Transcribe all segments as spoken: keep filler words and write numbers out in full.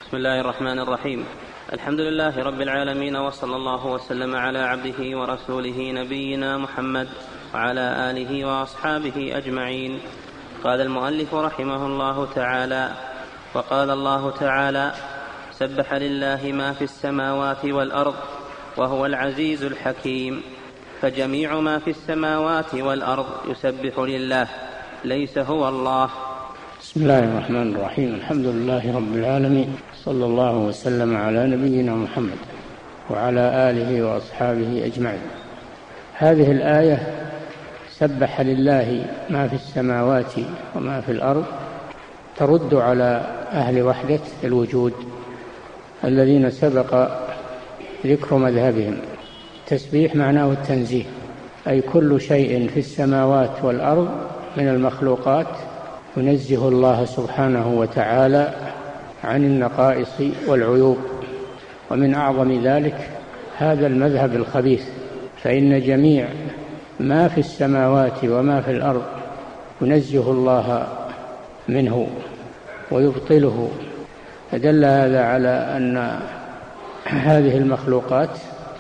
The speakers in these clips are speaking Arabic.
بسم الله الرحمن الرحيم. الحمد لله رب العالمين، وصلى الله وسلم على عبده ورسوله نبينا محمد وعلى آله وأصحابه أجمعين. قال المؤلف رحمه الله تعالى: وقال الله تعالى: سبح لله ما في السماوات والأرض وهو العزيز الحكيم. فجميع ما في السماوات والأرض يسبح لله، ليس هو الله. بسم الله الرحمن الرحيم. الحمد لله رب العالمين، صلى الله وسلم على نبينا محمد وعلى آله وأصحابه أجمعين. هذه الآية سبح لله ما في السماوات وما في الأرض ترد على أهل وحدة الوجود الذين سبق ذكر مذهبهم. التسبيح معناه التنزيه، أي كل شيء في السماوات والأرض من المخلوقات ينزه الله سبحانه وتعالى عن النقائص والعيوب. ومن أعظم ذلك هذا المذهب الخبيث، فإن جميع ما في السماوات وما في الأرض ينزه الله منه ويبطله. فدل هذا على أن هذه المخلوقات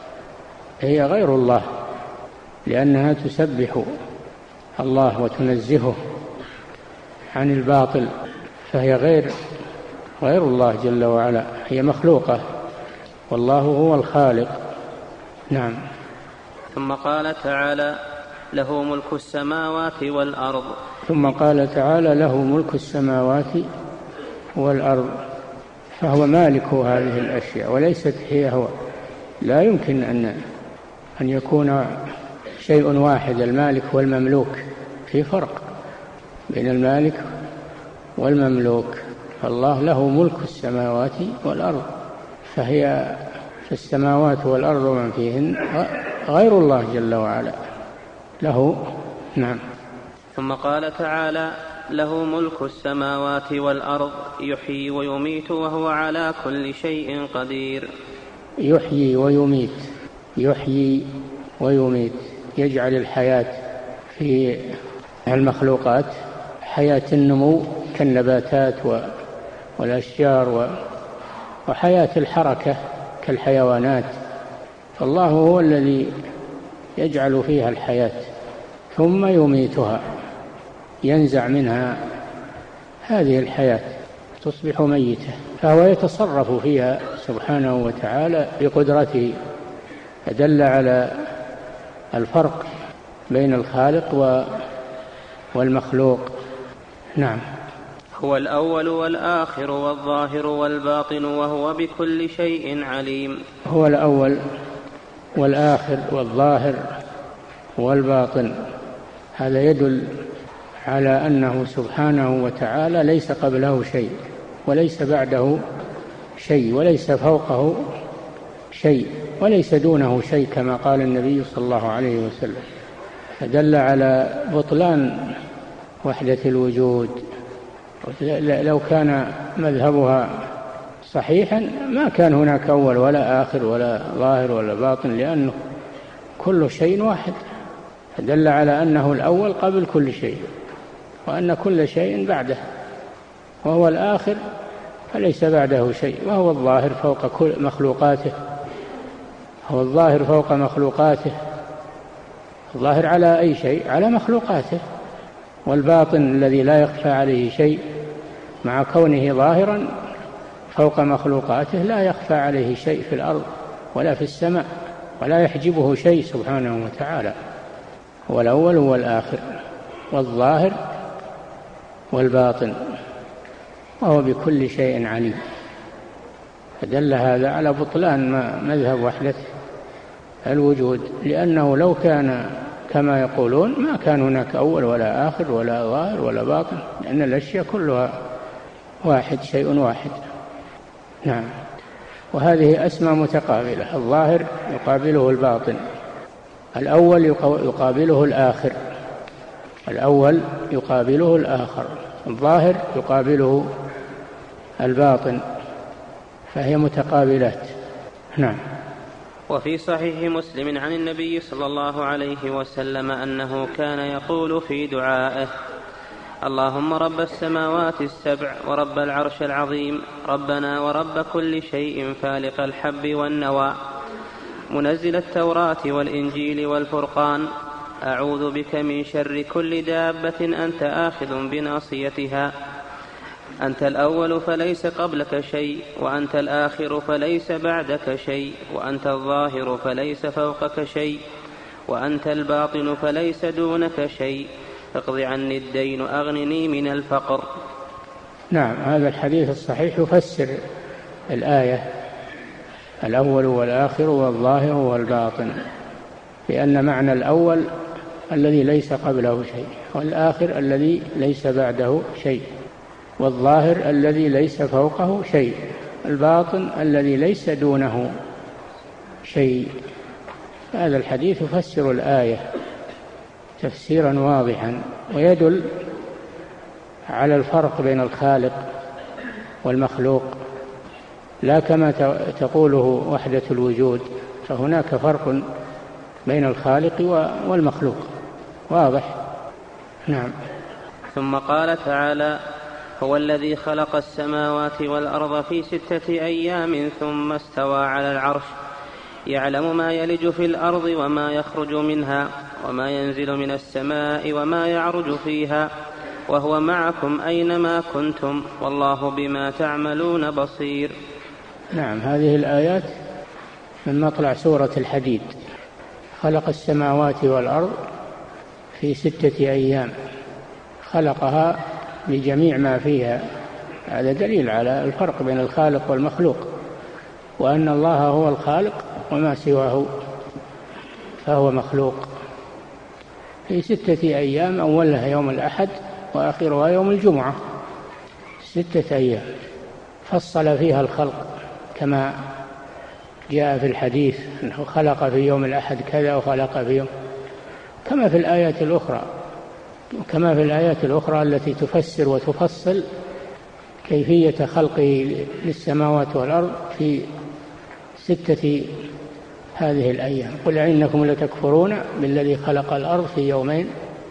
هي غير الله، لأنها تسبح الله وتنزهه عن الباطل، فهي غير غير الله جل وعلا، هي مخلوقة والله هو الخالق. نعم. ثم قال تعالى: له ملك السماوات والأرض. ثم قال تعالى: له ملك السماوات والأرض، فهو مالك هذه الأشياء وليست هي هو. لا يمكن أن أن يكون شيء واحد، المالك والمملوك، في فرق بين المالك والمملوك. الله له ملك السماوات والأرض، فهي في السماوات والأرض ومن فيهن غير الله جل وعلا له. نعم. ثم قال تعالى: له ملك السماوات والأرض يحيي ويميت وهو على كل شيء قدير. يحيي ويميت، يحيي ويميت، يجعل الحياة في المخلوقات حياة النمو كالنباتات والأشجار، وحياة الحركة كالحيوانات. فالله هو الذي يجعل فيها الحياة، ثم يميتها، ينزع منها هذه الحياة تصبح ميتة، فهو يتصرف فيها سبحانه وتعالى بقدرته. فدل على الفرق بين الخالق والمخلوق. نعم. هو الأول والآخر والظاهر والباطن وهو بكل شيء عليم. هو الأول والآخر والظاهر والباطن، هذا يدل على أنه سبحانه وتعالى ليس قبله شيء وليس بعده شيء وليس فوقه شيء وليس دونه شيء، كما قال النبي صلى الله عليه وسلم. فدل على بطلان وحدة الوجود. لو كان مذهبها صحيحا ما كان هناك أول ولا آخر ولا ظاهر ولا باطن، لأنه كل شيء واحد. فدل على أنه الأول قبل كل شيء، وأن كل شيء بعده، وهو الآخر فليس بعده شيء، وهو الظاهر فوق كل مخلوقاته. هو الظاهر فوق مخلوقاته، الظاهر على أي شيء؟ على مخلوقاته. والباطن الذي لا يخفى عليه شيء مع كونه ظاهرا فوق مخلوقاته لا يخفى عليه شيء في الأرض ولا في السماء، ولا يحجبه شيء سبحانه وتعالى. هو الأول والآخر والظاهر والباطن وهو بكل شيء عليم. فدل هذا على بطلان مذهب وحدة الوجود، لأنه لو كان كما يقولون ما كان هناك أول ولا آخر ولا ظاهر ولا باطن، لأن الأشياء كلها واحد، شيء واحد. نعم. وهذه أسماء متقابلة، الظاهر يقابله الباطن، الأول يقابله الآخر، الأول يقابله الآخر، الظاهر يقابله الباطن، فهي متقابلات. نعم. وفي صحيح مسلم عن النبي صلى الله عليه وسلم أنه كان يقول في دعائه: اللهم رب السماوات السبع ورب العرش العظيم، ربنا ورب كل شيء فالق الحب والنوى، منزل التوراة والإنجيل والفرقان، أعوذ بك من شر كل دابة أنت آخذ بناصيتها، أنت الأول فليس قبلك شيء، وأنت الآخر فليس بعدك شيء، وأنت الظاهر فليس فوقك شيء، وأنت الباطن فليس دونك شيء، اقض عني الدين أغنني من الفقر. نعم، هذا الحديث الصحيح يفسر الآية، الأول والآخر والظاهر والباطن، لأن معنى الأول الذي ليس قبله شيء، والآخر الذي ليس بعده شيء، والظاهر الذي ليس فوقه شيء، الباطن الذي ليس دونه شيء. هذا الحديث يفسر الآية تفسيرا واضحا، ويدل على الفرق بين الخالق والمخلوق، لا كما تقوله وحدة الوجود، فهناك فرق بين الخالق والمخلوق واضح. نعم. ثم قال تعالى: هو الذي خلق السماوات والأرض في ستة أيام ثم استوى على العرش، يعلم ما يلج في الأرض وما يخرج منها وما ينزل من السماء وما يعرج فيها، وهو معكم أينما كنتم والله بما تعملون بصير. نعم، هذه الآيات من مطلع سورة الحديد. خلق السماوات والأرض في ستة أيام، خلقها بجميع ما فيها. هذا دليل على الفرق بين الخالق والمخلوق، وأن الله هو الخالق وما سواه فهو مخلوق. في ستة أيام، أولها يوم الأحد وآخرها يوم الجمعة، ستة أيام فصل فيها الخلق كما جاء في الحديث أنه خلق في يوم الأحد كذا وخلق في يوم، كما في الآيات الأخرى كما في الآيات الأخرى التي تفسر وتفصل كيفية خلقه للسماوات والأرض في ستة هذه الأيام. قل إنكم لتكفرون بالذي خلق الأرض في يومين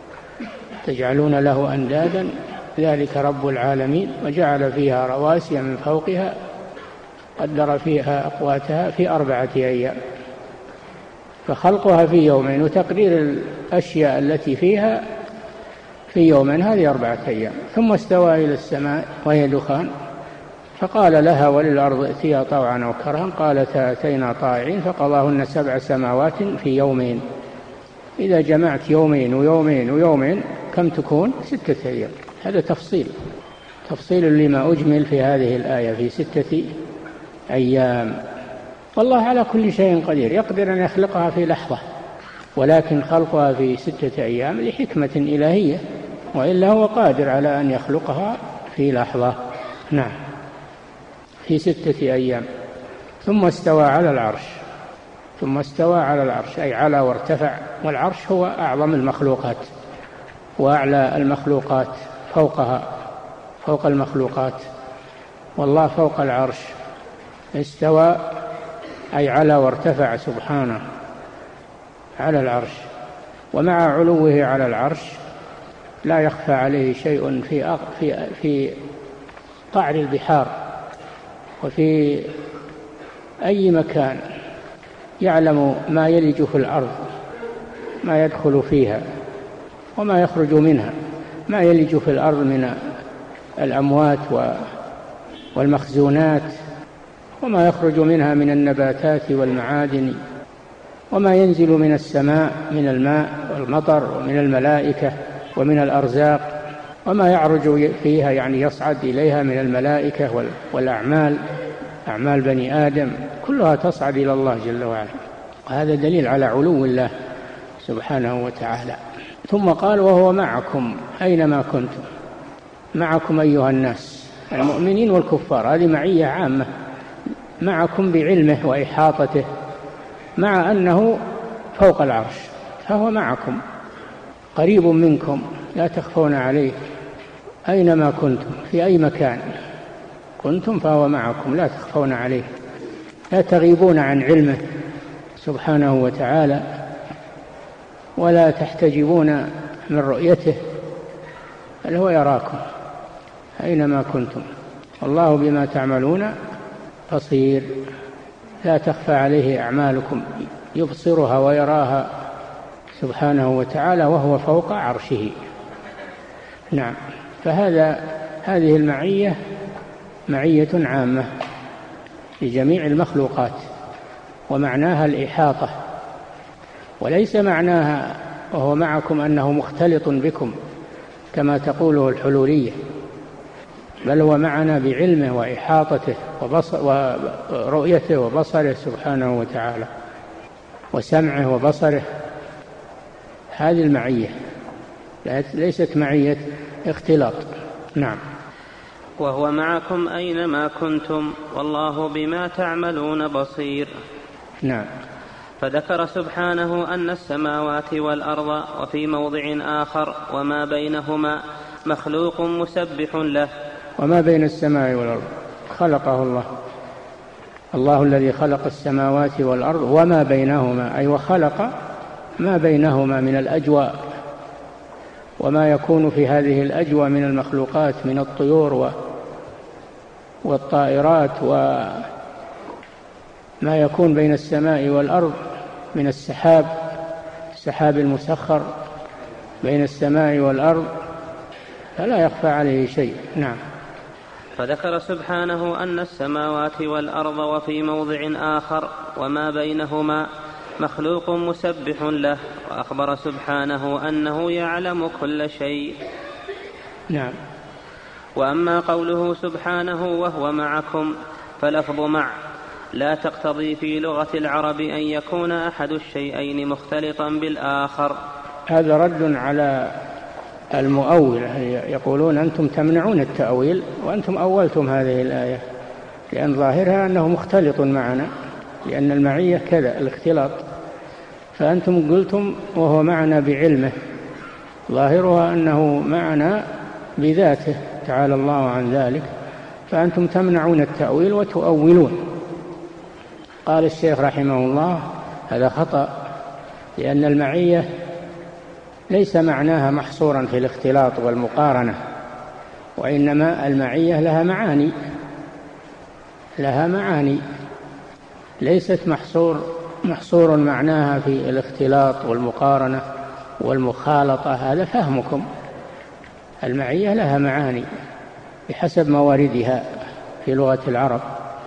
تجعلون له أندادا ذلك رب العالمين، وجعل فيها رواسي من فوقها قدر فيها أقواتها في أربعة أيام. فخلقها في يومين وتقدير الأشياء التي فيها في يومين هذه أربعة أيام. ثم استوى إلى السماء وهي دخان فقال لها وللأرض ائتيا طوعا أو كرها قالتا أتينا طائعين فقضاهن سبع سماوات في يومين. إذا جمعت يومين ويومين ويومين كم تكون؟ ستة أيام. هذا تفصيل تفصيل لما أجمل في هذه الآية في ستة أيام. والله على كل شيء قدير، يقدر أن يخلقها في لحظة، ولكن خلقها في ستة أيام لحكمة إلهية، وإلا هو قادر على أن يخلقها في لحظة. نعم، في ستة أيام. ثم استوى على العرش ثم استوى على العرش أي على وارتفع، والعرش هو أعظم المخلوقات وأعلى المخلوقات، فوقها فوق المخلوقات، والله فوق العرش. استوى أي على وارتفع سبحانه على العرش. ومع علوه على العرش لا يخفى عليه شيء في في في قعر البحار وفي أي مكان، يعلم ما يلج في الأرض، ما يدخل فيها وما يخرج منها، ما يلج في الأرض من الأموات والمخزونات، وما يخرج منها من النباتات والمعادن، وما ينزل من السماء من الماء والمطر ومن الملائكة ومن الأرزاق، وما يعرج فيها يعني يصعد إليها من الملائكة والأعمال، أعمال بني آدم كلها تصعد إلى الله جل وعلا. وهذا دليل على علو الله سبحانه وتعالى. ثم قال وهو معكم أينما كنتم. معكم أيها الناس المؤمنين والكفار، هذه معية عامة، معكم بعلمه وإحاطته، مع أنه فوق العرش فهو معكم قريب منكم لا تخفون عليه أينما كنتم، في أي مكان كنتم فهو معكم لا تخفون عليه، لا تغيبون عن علمه سبحانه وتعالى ولا تحتجبون من رؤيته، بل هو يراكم أينما كنتم والله بما تعملون بصير. لا تخفى عليه أعمالكم يبصرها ويراها سبحانه وتعالى وهو فوق عرشه. نعم. فهذا هذه المعية معية عامة لجميع المخلوقات، ومعناها الإحاطة، وليس معناها وهو معكم أنه مختلط بكم كما تقوله الحلولية، بل هو معنا بعلمه وإحاطته وبصر ورؤيته وبصره سبحانه وتعالى وسمعه وبصره. هذه المعية ليست معية اختلاط. نعم. وهو معكم أينما كنتم والله بما تعملون بصير. نعم. فذكر سبحانه أن السماوات والأرض وفي موضع آخر وما بينهما مخلوق مسبح له. وما بين السماء والأرض خلقه الله، الله الذي خلق السماوات والأرض وما بينهما، أي وخلق ما بينهما من الأجواء وما يكون في هذه الأجواء من المخلوقات من الطيور والطائرات وما يكون بين السماء والأرض من السحاب السحاب المسخر بين السماء والأرض، فلا يخفى عليه شيء. نعم. فذكر سبحانه أن السماوات والأرض وفي موضع آخر وما بينهما مخلوق مسبح له، وأخبر سبحانه أنه يعلم كل شيء. نعم. وأما قوله سبحانه وهو معكم فلفظ مع لا تقتضي في لغة العرب أن يكون أحد الشيئين مختلطا بالآخر. هذا رد على المؤولة، يقولون أنتم تمنعون التأويل وأنتم أولتم هذه الآية، لأن ظاهرها أنه مختلط معنا، لأن المعية كذا الاختلاط، فأنتم قلتم وهو معنا بعلمه، ظاهرها أنه معنا بذاته تعالى الله عن ذلك، فأنتم تمنعون التأويل وتؤولون. قال الشيخ رحمه الله هذا خطأ، لأن المعية ليس معناها محصورا في الاختلاط والمقارنة، وإنما المعية لها معاني لها معاني ليست محصور محصور معناها في الاختلاط والمقارنة والمخالطة، هذا فهمكم. المعية لها معاني بحسب مواردها في لغة العرب.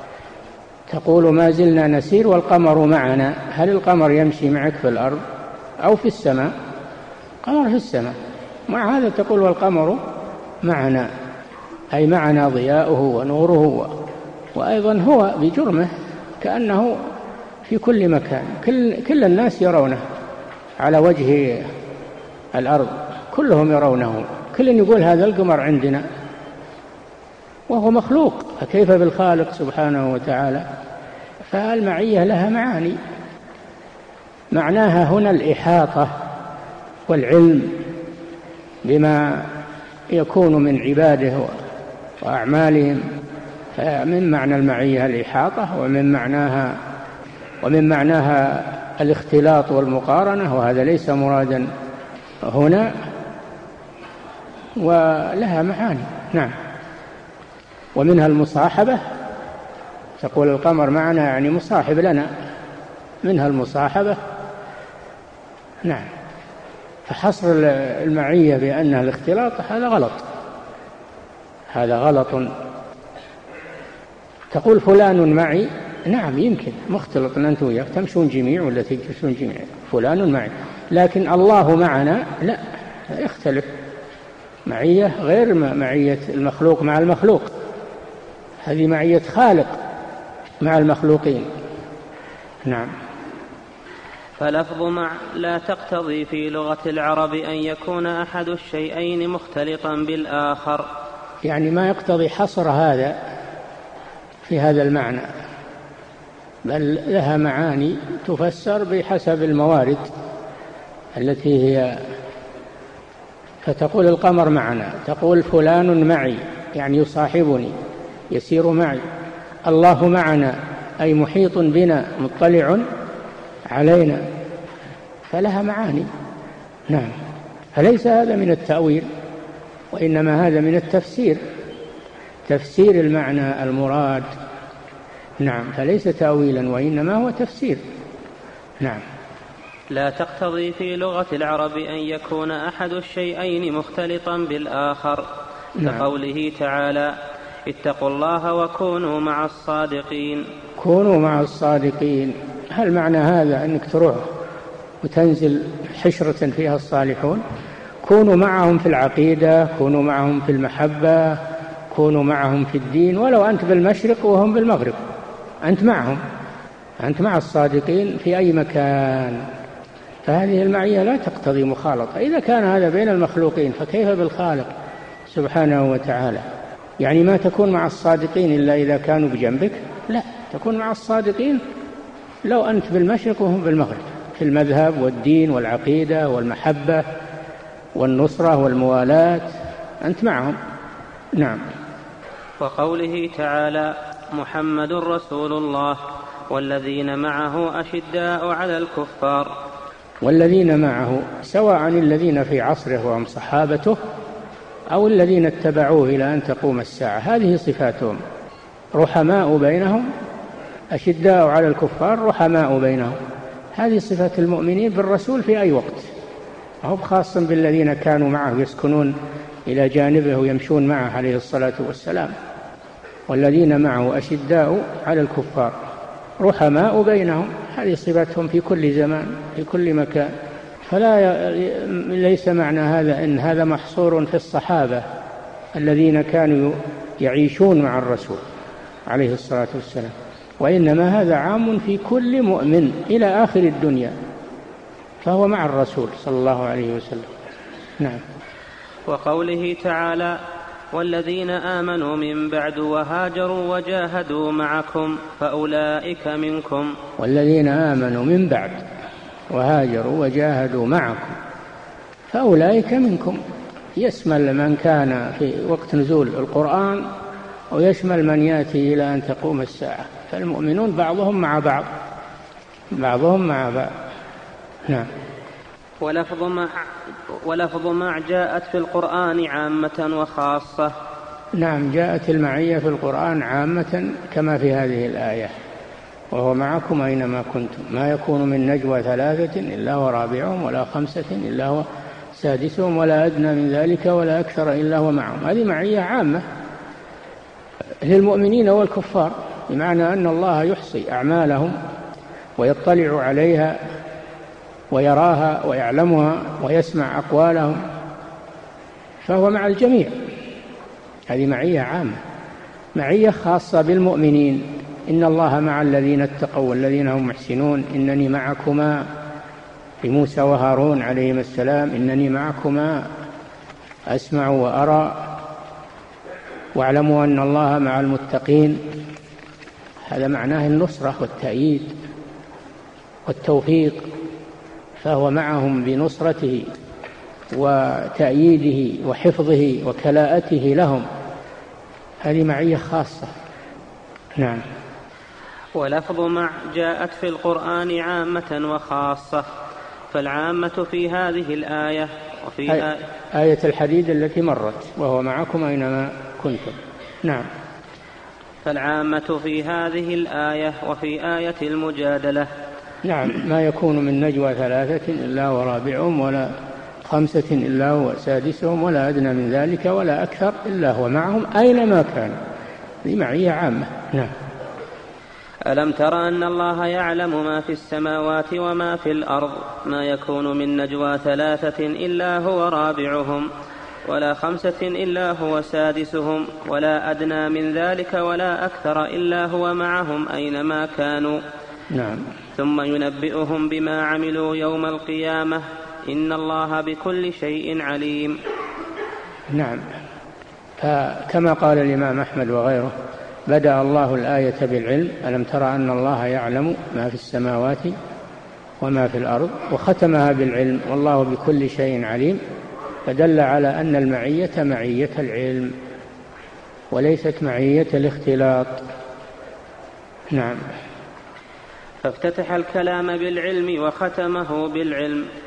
تقول ما زلنا نسير والقمر معنا، هل القمر يمشي معك في الأرض أو في السماء؟ قمر في السماء، مع هذا تقول والقمر معنا، أي معنا ضياؤه ونوره، وأيضا هو بجرمه كأنه في كل مكان، كل, كل الناس يرونه على وجه الأرض، كلهم يرونه، كل يقول هذا القمر عندنا، وهو مخلوق، فكيف بالخالق سبحانه وتعالى؟ فالمعية لها معاني، معناها هنا الإحاطة والعلم بما يكون من عباده وأعمالهم، من معنى المعية الإحاطة، ومن معناها ومن معناها الاختلاط والمقارنة، وهذا ليس مرادا هنا، ولها معاني. نعم. ومنها المصاحبة، تقول القمر معنا يعني مصاحب لنا، منها المصاحبة. نعم. فحصر المعية بأنها الاختلاط هذا غلط، هذا غلط. تقول فلان معي، نعم يمكن مختلط أنت وياه تمشون جميع ولا تمشون جميع، فلان معي، لكن الله معنا لا، يختلف، معية غير معية المخلوق مع المخلوق، هذه معية خالق مع المخلوقين. نعم. فلفظ مع لا تقتضي في لغة العرب أن يكون أحد الشيئين مختلطا بالآخر، يعني ما يقتضي حصر هذا في هذا المعنى، بل لها معاني تفسر بحسب الموارد التي هي، فتقول القمر معنا، تقول فلان معي يعني يصاحبني يسير معي، الله معنا أي محيط بنا مطلع علينا، فلها معاني. نعم. فليس هذا من التأويل، وإنما هذا من التفسير، تفسير المعنى المراد. نعم، فليس تأويلا وإنما هو تفسير. نعم. لا تقتضي في لغة العرب أن يكون أحد الشيئين مختلطا بالآخر. نعم. كقوله تعالى: اتقوا الله وكونوا مع الصادقين. كونوا مع الصادقين، هل معنى هذا أنك تروح وتنزل حشرة فيها الصالحون؟ كونوا معهم في العقيدة، كونوا معهم في المحبة، كونوا معهم في الدين، ولو أنت بالمشرق وهم بالمغرب، أنت معهم، أنت مع الصادقين في أي مكان. فهذه المعية لا تقتضي مخالطة. إذا كان هذا بين المخلوقين فكيف بالخالق سبحانه وتعالى؟ يعني ما تكون مع الصادقين إلا إذا كانوا بجنبك؟ لا، تكون مع الصادقين لو أنت بالمشرق وهم بالمغرب، في المذهب والدين والعقيدة والمحبة والنصرة والموالاة، أنت معهم. نعم. وقوله تعالى: محمد رسول الله والذين معه أشداء على الكفار. والذين معه سواء الذين في عصره وهم صحابته أو الذين اتبعوه إلى أن تقوم الساعة، هذه صفاتهم: رحماء بينهم، أشداء على الكفار، رحماء بينهم. هذه صفات المؤمنين بالرسول في أي وقت، هو خاص بالذين كانوا معه يسكنون إلى جانبه ويمشون معه عليه الصلاة والسلام. والذين معه أشداء على الكفار رحماء بينهم، هذه صفاتهم في كل زمان في كل مكان. فلا ليس معنى هذا أن هذا محصور في الصحابة الذين كانوا يعيشون مع الرسول عليه الصلاة والسلام، وإنما هذا عام في كل مؤمن إلى آخر الدنيا، فهو مع الرسول صلى الله عليه وسلم. نعم. وقوله تعالى: والذين آمنوا من بعد وهاجروا وجاهدوا معكم فأولئك منكم. والذين آمنوا من بعد وهاجروا وجاهدوا معكم فأولئك منكم، يشمل من كان في وقت نزول القرآن ويشمل من يأتي إلى أن تقوم الساعة، فالمؤمنون بعضهم مع بعض بعضهم مع بعض. نعم. ولفظ مع, ولفظ مع جاءت في القرآن عامة وخاصة. نعم، جاءت المعية في القرآن عامة كما في هذه الآية: وهو معكم أينما كنتم، ما يكون من نجوى ثلاثة إلا هو رابعهم ولا خمسة إلا هو سادسهم ولا أدنى من ذلك ولا أكثر إلا هو معهم. هذه معية عامة للمؤمنين والكفار، بمعنى أن الله يحصي أعمالهم ويطلع عليها ويراها ويعلمها ويسمع أقوالهم، فهو مع الجميع. هذه معية عامة. معية خاصة بالمؤمنين: إن الله مع الذين اتقوا والذين هم محسنون، إنني معكما، لموسى وهارون عليهما السلام: إنني معكما أسمع وأرى، واعلموا أن الله مع المتقين. هذا معناه النصرة والتأييد والتوفيق، فهو معهم بنصرته وتأييده وحفظه وكلاءته لهم. هذه معية خاصة. نعم. ولفظ مع جاءت في القرآن عامة وخاصة، فالعامة في هذه الآية وفي آية, آية الحديد التي مرت: وهو معكم أينما كنتم. نعم. فالعامة في هذه الآية وفي آية المجادلة. نعم، ما يكون من نجوى ثلاثة إلا ورابعهم ولا خمسة إلا هو سادسهم ولا أدنى من ذلك ولا أكثر إلا هو معهم أينما كان. هذه معية عامة. نعم. ألم تر أن الله يعلم ما في السماوات وما في الأرض، ما يكون من نجوى ثلاثة إلا هو رابعهم ولا خمسة إلا هو سادسهم ولا أدنى من ذلك ولا أكثر إلا هو معهم أينما كانوا. نعم. ثم ينبئهم بما عملوا يوم القيامة، إن الله بكل شيء عليم. نعم. فكما قال الإمام أحمد وغيره: بدأ الله الآية بالعلم: ألم ترى أن الله يعلم ما في السماوات وما في الأرض، وختمها بالعلم: والله بكل شيء عليم، فدل على أن المعية معية العلم وليست معية الاختلاط. نعم. فافتتح الكلام بالعلم وختمه بالعلم،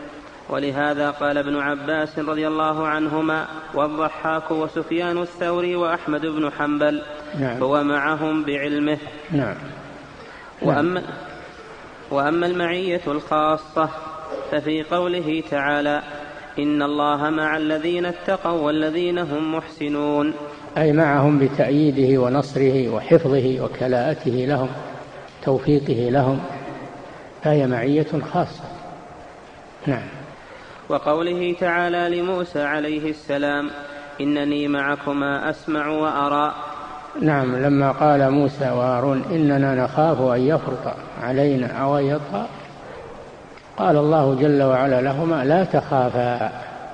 ولهذا قال ابن عباس رضي الله عنهما والضحاك وسفيان الثوري وأحمد بن حنبل نعم. هو معهم بعلمه. نعم. وأما, وأما المعية الخاصة ففي قوله تعالى إن الله مع الذين اتقوا والذين هم محسنون، أي معهم بتأييده ونصره وحفظه وكلاءته لهم توفيقه لهم، فهي معية خاصة. نعم. وقوله تعالى لموسى عليه السلام إنني معكما أسمع وأرى. نعم، لما قال موسى وهارون إننا نخاف أن يفرط علينا أو أن يطغى، قال الله جل وعلا لهما لا تخافا.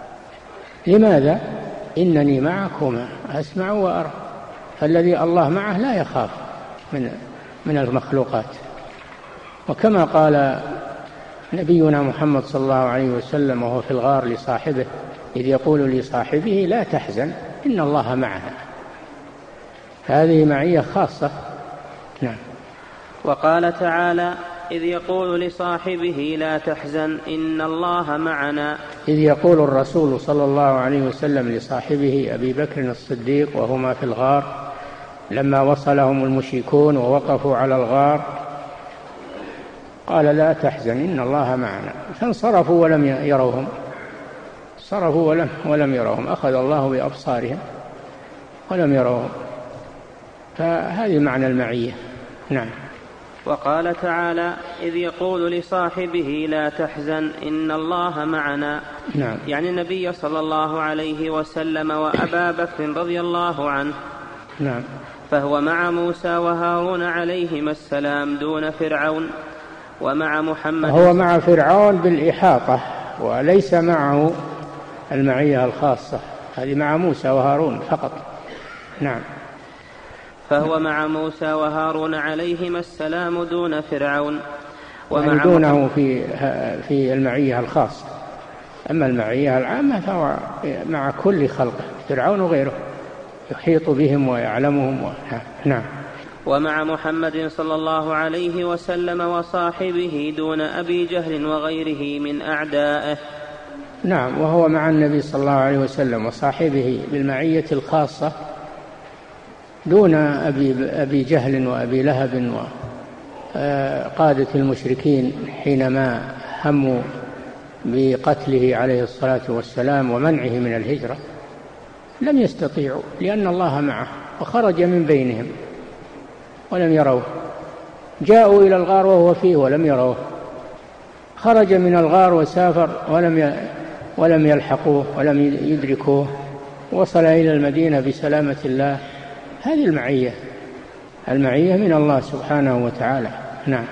لماذا؟ إنني معكما أسمع وأرى. فالذي الله معه لا يخاف من من المخلوقات. وكما قال نبينا محمد صلى الله عليه وسلم وهو في الغار لصاحبه إذ يقول لصاحبه لا تحزن إن الله معنا، هذه معية خاصة. نعم. وقال تعالى إذ يقول لصاحبه لا تحزن إن الله معنا، إذ يقول الرسول صلى الله عليه وسلم لصاحبه أبي بكر الصديق وهما في الغار لما وصلهم المشركون ووقفوا على الغار، قال لا تحزن إن الله معنا، فانصرفوا ولم يروهم، صرفوا ولم, ولم يروهم، أخذ الله بأبصارهم ولم يروهم، فهذه معنى المعية. نعم. وقال تعالى إذ يقول لصاحبه لا تحزن إن الله معنا، نعم. يعني النبي صلى الله عليه وسلم وأبا بكر رضي الله عنه. نعم. فهو مع موسى وهارون عليهما السلام دون فرعون، ومع محمد هو مع فرعون بالإحاطة وليس معه المعية الخاصة، هذه مع موسى وهارون فقط. نعم. فهو مع موسى وهارون عليهما السلام دون فرعون، ومع يعني دونه في في المعية الخاصة. أما المعية العامة فهو مع كل خلقه، فرعون وغيره يحيط بهم ويعلمهم و... نعم. ومع محمد صلى الله عليه وسلم وصاحبه دون أبي جهل وغيره من أعدائه. نعم. وهو مع النبي صلى الله عليه وسلم وصاحبه بالمعية الخاصة دون أبي, أبي جهل وأبي لهب وقادة المشركين حينما هموا بقتله عليه الصلاة والسلام ومنعه من الهجرة، لم يستطيعوا لأن الله معه وخرج من بينهم ولم يروه. جاءوا إلى الغار وهو فيه ولم يروه، خرج من الغار وسافر ولم ولم يلحقوه ولم يدركوه، وصل إلى المدينة بسلامة الله. هذه المعية، المعية من الله سبحانه وتعالى. نعم.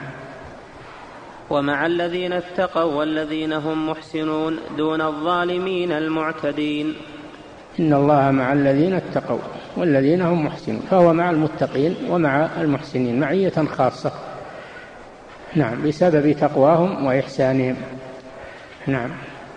ومع الذين اتقوا والذين هم محسنون دون الظالمين المعتدين. إن الله مع الذين اتقوا والذين هم محسنون، فهو مع المتقين ومع المحسنين معية خاصة. نعم. بسبب تقواهم وإحسانهم. نعم.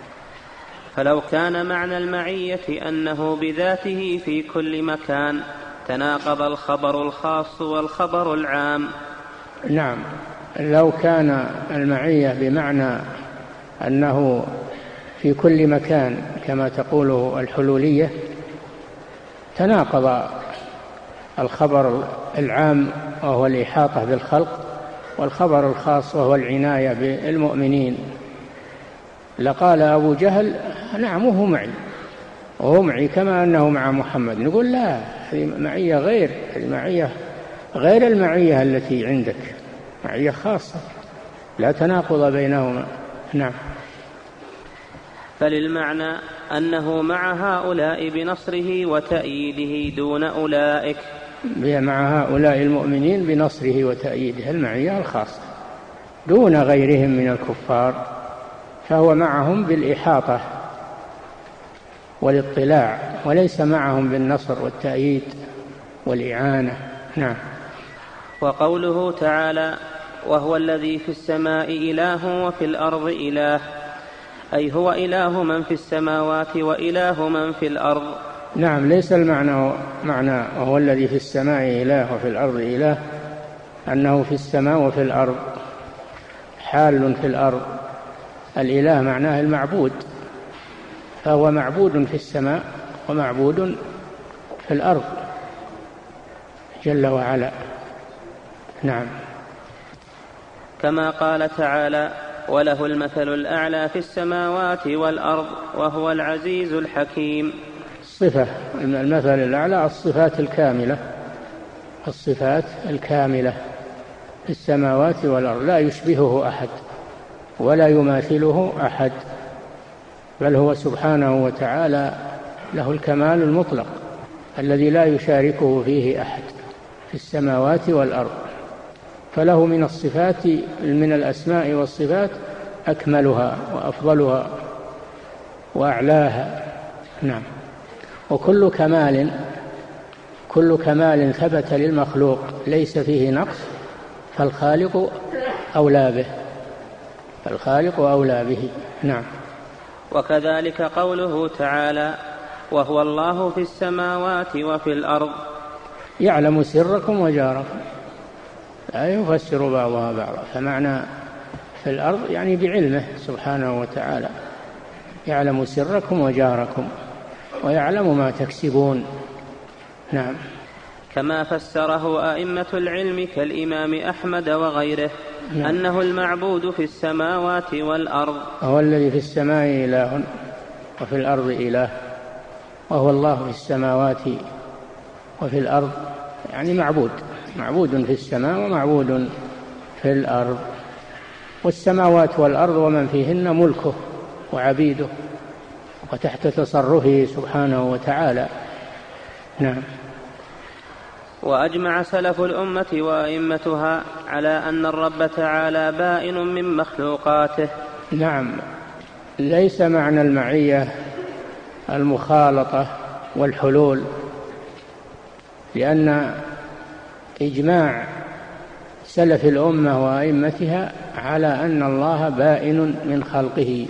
فلو كان معنى المعية أنه بذاته في كل مكان تناقض الخبر الخاص والخبر العام. نعم. لو كان المعية بمعنى أنه في كل مكان كما تقوله الحلولية تناقض الخبر العام وهو الإحاطة بالخلق والخبر الخاص وهو العناية بالمؤمنين. لقال أبو جهل نعم وهو معي وهو معي كما أنه مع محمد. نقول لا، هذه معية غير هذه معية غير المعية التي عندك، معية خاصة لا تناقض بينهما. نعم. فللمعنى أنه مع هؤلاء بنصره وتأييده دون أولئك، مع هؤلاء المؤمنين بنصره وتأييده المعية الخاصة دون غيرهم من الكفار، فهو معهم بالإحاطة والاطلاع وليس معهم بالنصر والتأييد والإعانة. نعم. وقوله تعالى وهو الذي في السماء إله وفي الأرض إله، أي هو إله من في السماوات وإله من في الأرض. نعم. ليس المعنى معنى وهو الذي في السماء إله وفي الأرض إله أنه في السماء وفي الأرض، حال في الأرض الإله معناه المعبود، فهو معبود في السماء ومعبود في الأرض جل وعلا. نعم. كما قال تعالى: وله المثل الأعلى في السماوات والأرض وهو العزيز الحكيم. الصفة المثل الأعلى الصفات الكاملة، الصفات الكاملة في السماوات والأرض، لا يشبهه أحد ولا يماثله أحد، بل هو سبحانه وتعالى له الكمال المطلق الذي لا يشاركه فيه أحد في السماوات والأرض، فله من الصفات من الأسماء والصفات أكملها وأفضلها وأعلاها. نعم. وكل كمال كل كمال ثبت للمخلوق ليس فيه نقص فالخالق أولى به فالخالق أولى به. نعم. وكذلك قوله تعالى: وهو الله في السماوات وفي الأرض، يعلم سركم وجاركم، لا يفسر بعضها بعضا، فمعنى في الأرض يعني بعلمه سبحانه وتعالى، يعلم سركم وجاركم ويعلم ما تكسبون. نعم. كما فسره أئمة العلم كالإمام أحمد وغيره. نعم. أنه المعبود في السماوات والأرض، هو الذي في السماء إله وفي الأرض إله، وهو الله في السماوات وفي الأرض، يعني معبود معبود في السماء ومعبود في الأرض، والسماوات والأرض ومن فيهن ملكه وعبيده وتحت تصرفه سبحانه وتعالى. نعم. وأجمع سلف الأمة وأئمتها على أن الرب تعالى بائن من مخلوقاته. نعم. ليس معنى المعية المخالطة والحلول، لأن إجماع سلف الأمة وأئمتها على أن الله بائن من خلقه،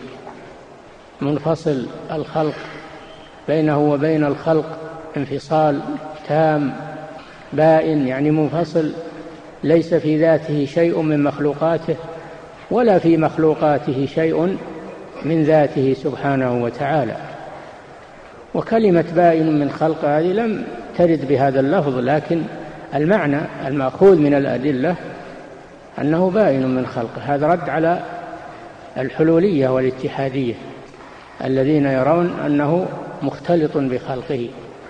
منفصل الخلق بينه وبين الخلق انفصال تام، بائن يعني منفصل، ليس في ذاته شيء من مخلوقاته ولا في مخلوقاته شيء من ذاته سبحانه وتعالى. وكلمة بائن من خلق هذه لم ترد بهذا اللفظ، لكن المعنى المأخوذ من الأدلة أنه بائن من خلقه. هذا رد على الحلولية والاتحادية الذين يرون أنه مختلط بخلقه،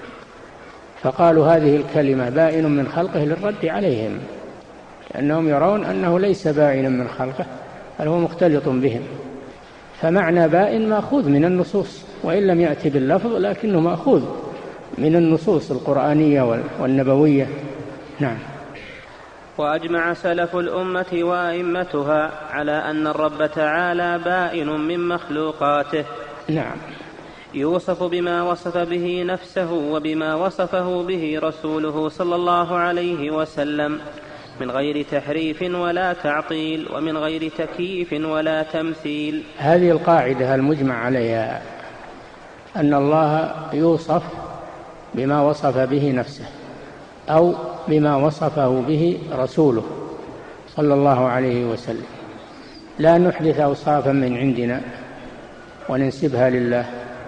فقالوا هذه الكلمة بائن من خلقه للرد عليهم، لأنهم يرون أنه ليس بائنا من خلقه بل هو مختلط بهم. فمعنى بائن مأخوذ من النصوص، وإن لم يأتي باللفظ لكنه مأخوذ من النصوص القرآنية والنبوية. نعم. وأجمع سلف الأمة وأئمتها على أن الرب تعالى بائن من مخلوقاته. نعم. يوصف بما وصف به نفسه وبما وصفه به رسوله صلى الله عليه وسلم من غير تحريف ولا تعطيل ومن غير تكييف ولا تمثيل. هذه القاعدة المجمع عليها، أن الله يوصف بما وصف به نفسه أو بما وصفه به رسوله صلى الله عليه وسلم، لا نحدث أوصافا من عندنا وننسبها لله.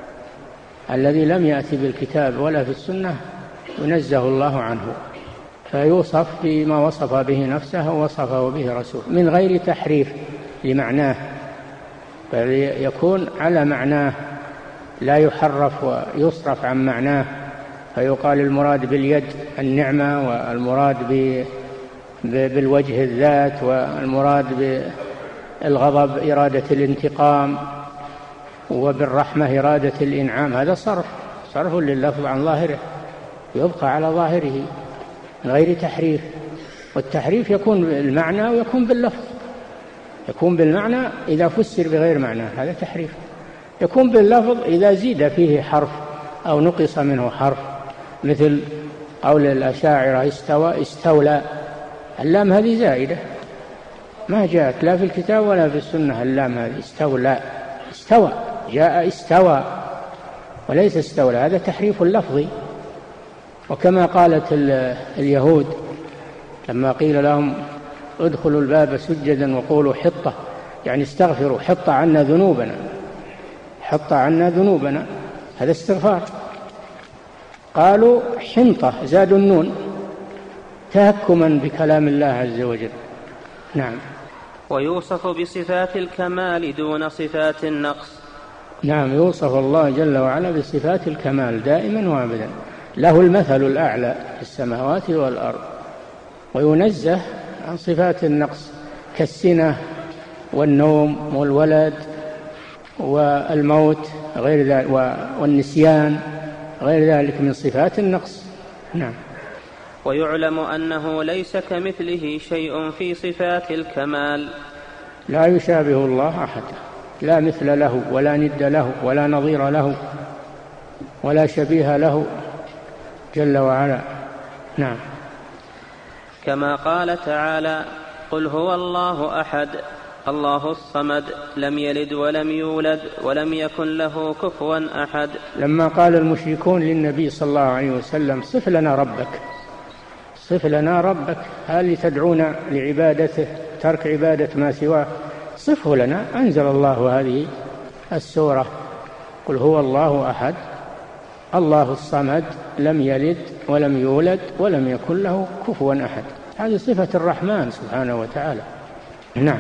الذي لم يأتي بالكتاب ولا في السنة ينزه الله عنه، فيوصف بما وصف به نفسه ووصفه به رسوله من غير تحريف لمعناه، بل يكون على معناه لا يحرف ويصرف عن معناه، فيقال المراد باليد النعمة، والمراد بالوجه الذات، والمراد بالغضب إرادة الانتقام، وبالرحمة إرادة الإنعام. هذا صرف صرف لللفظ عن ظاهره، يبقى على ظاهره من غير تحريف. والتحريف يكون بالمعنى ويكون باللفظ. يكون بالمعنى إذا فسر بغير معنى، هذا تحريف. يكون باللفظ إذا زيد فيه حرف أو نقص منه حرف، مثل قول الأشاعرة استوى استولى، اللام هذه زائدة ما جاءت لا في الكتاب ولا في السنة، اللام هذه استولى، استوى جاء استوى وليس استولى، هذا تحريف لفظي. وكما قالت اليهود لما قيل لهم ادخلوا الباب سجدا وقولوا حطة يعني استغفروا، حط عنا ذنوبنا، حط عنا ذنوبنا، هذا استغفار. قالوا حنطة، زادوا النون تهكما بكلام الله عز وجل. نعم. ويوصف بصفات الكمال دون صفات النقص. نعم، يوصف الله جل وعلا بصفات الكمال دائما وابدا، له المثل الأعلى في السماوات والأرض، وينزه عن صفات النقص كالسنة والنوم والولد والموت غير ذلك والنسيان غير ذلك من صفات النقص. نعم. ويعلم أنه ليس كمثله شيء في صفات الكمال، لا يشابه الله أحد، لا مثل له ولا ند له ولا نظير له ولا شبيه له جل وعلا. نعم. كما قال تعالى: قل هو الله أحد الله الصمد لم يلد ولم يولد ولم يكن له كفوا أحد. لما قال المشركون للنبي صلى الله عليه وسلم: صف لنا ربك، صف لنا ربك، هل تدعونا لعبادته ترك عبادة ما سواه؟ صفه لنا. أنزل الله هذه السورة: قل هو الله أحد الله الصمد لم يلد ولم يولد ولم يكن له كفوا أحد. هذه صفة الرحمن سبحانه وتعالى. نعم.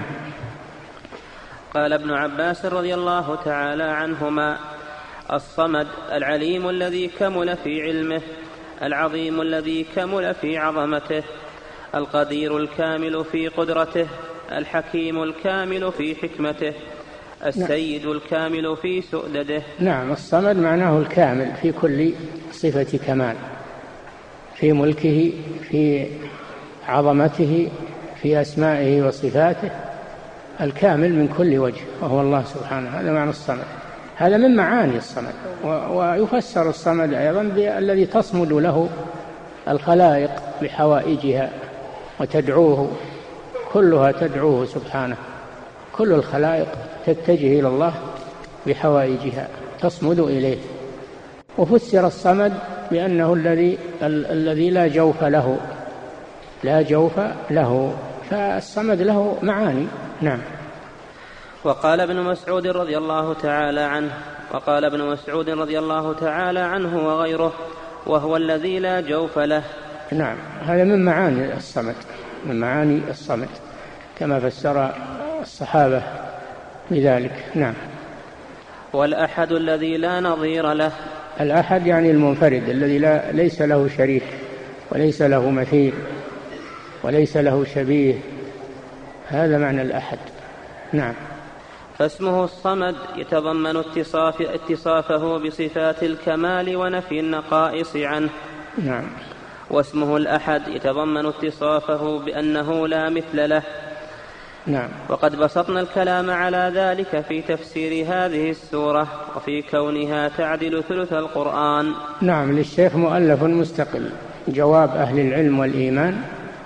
قال ابن عباس رضي الله تعالى عنهما: الصمد العليم الذي كمل في علمه، العظيم الذي كمل في عظمته، القدير الكامل في قدرته، الحكيم الكامل في حكمته، السيد الكامل في سؤدده. نعم، الصمد معناه الكامل في كل صفة كمال، في ملكه، في عظمته، في أسمائه وصفاته، الكامل من كل وجه، وهو الله سبحانه. هذا معنى الصمد، هذا من معاني الصمد. ويفسر الصمد أيضا بالذي تصمد له الخلائق بحوائجها وتدعوه، كلها تدعوه سبحانه، كل الخلائق تتجه إلى الله بحوائجها تصمد إليه. وفسر الصمد بأنه الذي الذي لا جوف له، لا جوف له، فالصمد له معاني. نعم. وقال ابن مسعود رضي الله تعالى عنه وقال ابن مسعود رضي الله تعالى عنه وغيره: وهو الذي لا جوف له. نعم، هذا من معاني الصمد، من معاني الصمد كما فسر الصحابة بذلك. نعم. والأحد الذي لا نظير له. الأحد يعني المنفرد الذي لا ليس له شريك وليس له مثيل وليس له شبيه، هذا معنى الأحد. نعم. فاسمه الصمد يتضمن اتصاف اتصافه بصفات الكمال ونفي النقائص عنه. نعم. واسمه الأحد يتضمن اتصافه بأنه لا مثل له. نعم. وقد بسطنا الكلام على ذلك في تفسير هذه السورة وفي كونها تعدل ثلث القرآن. نعم، للشيخ مؤلف مستقل، جواب أهل العلم والإيمان،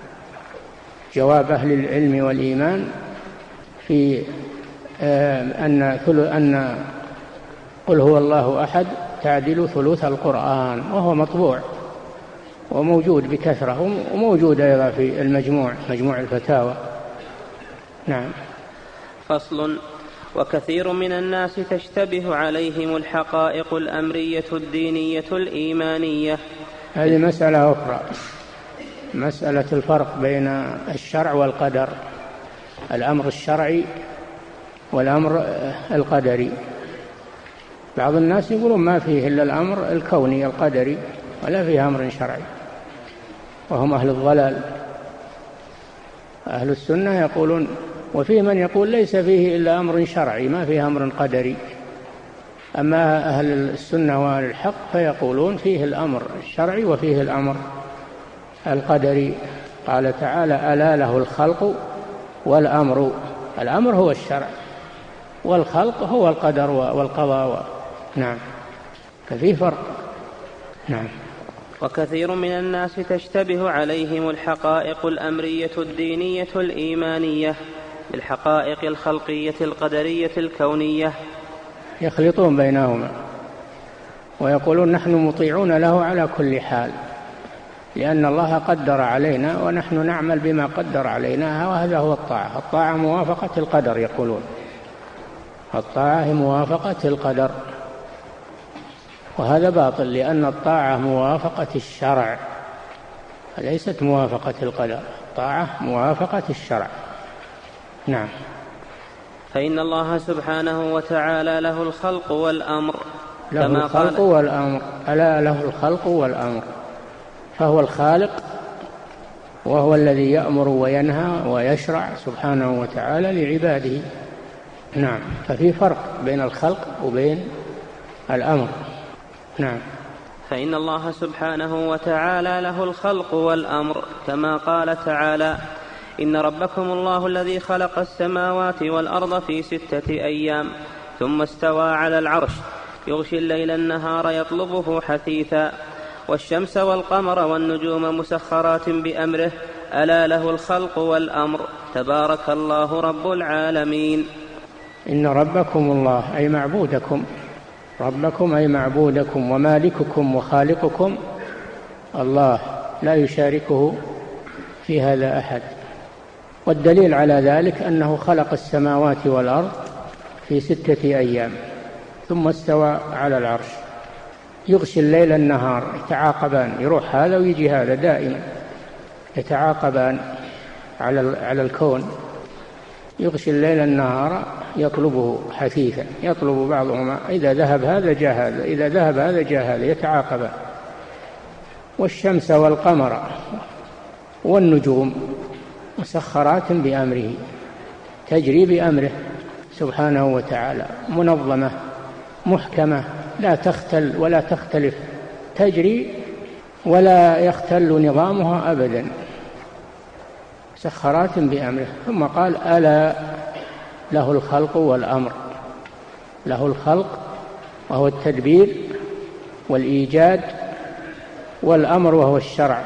جواب أهل العلم والإيمان في أن أن قل هو الله أحد تعدل ثلث القرآن، وهو مطبوع وموجود بكثرة، وموجود أيضا في المجموع، مجموع الفتاوى. نعم. فصل: وكثير من الناس تشتبه عليهم الحقائق الأمرية الدينية الإيمانية. هذه مسألة أخرى، مسألة الفرق بين الشرع والقدر، الأمر الشرعي والأمر القدري. بعض الناس يقولون ما فيه إلا الأمر الكوني القدري ولا فيه أمر شرعي، وهم أهل الضلال. أهل السنة يقولون، وفيه من يقول ليس فيه إلا أمر شرعي ما فيه أمر قدري. أما أهل السنة وأهل الحق فيقولون فيه الأمر الشرعي وفيه الأمر القدري. قال تعالى: ألا له الخلق والأمر. الأمر هو الشرع والخلق هو القدر والقضاء. نعم، ففيه فرق. نعم. وكثير من الناس تشتبه عليهم الحقائق الأمرية الدينية الإيمانية بالحقائق الخلقية القدرية الكونية، يخلطون بينهما ويقولون نحن مطيعون له على كل حال، لأن الله قدر علينا ونحن نعمل بما قدر علينا، وهذا هو الطاعة. الطاعة موافقة القدر يقولون، الطاعة هي موافقة القدر، وهذا باطل، لأن الطاعة موافقة الشرع ليست موافقة القدر، الطاعة موافقة الشرع. نعم. فإن الله سبحانه وتعالى له الخلق والأمر، له كما الخلق قال والأمر، ألا له الخلق والأمر، فهو الخالق وهو الذي يأمر وينهى ويشرع سبحانه وتعالى لعباده. نعم. ففي فرق بين الخلق وبين الأمر. نعم. فإن الله سبحانه وتعالى له الخلق والأمر، كما قال تعالى: إن ربكم الله الذي خلق السماوات والأرض في ستة أيام ثم استوى على العرش يغشي الليل النهار يطلبه حثيثا والشمس والقمر والنجوم مسخرات بأمره ألا له الخلق والأمر تبارك الله رب العالمين. إن ربكم الله أي معبودكم، ربكم أي معبودكم ومالككم وخالقكم الله، لا يشاركه في هذا أحد. والدليل على ذلك أنه خلق السماوات والأرض في ستة أيام ثم استوى على العرش يغشي الليل النهار، يتعاقبان، يروح هذا ويجي هذا دائما، يتعاقبان على على الكون. يغشي الليل النهار يطلبه حثيثا، يطلب بعضهما، إذا ذهب هذا جاء هذا، إذا ذهب هذا جاء هذا، يتعاقبان. والشمس والقمر والنجوم مسخرات بأمره، تجري بأمره سبحانه وتعالى، منظمة محكمة لا تختل ولا تختلف، تجري ولا يختل نظامها أبدا، مسخرات بأمره. ثم قال: ألا له الخلق والأمر، له الخلق وهو التدبير والإيجاد، والأمر وهو الشرع،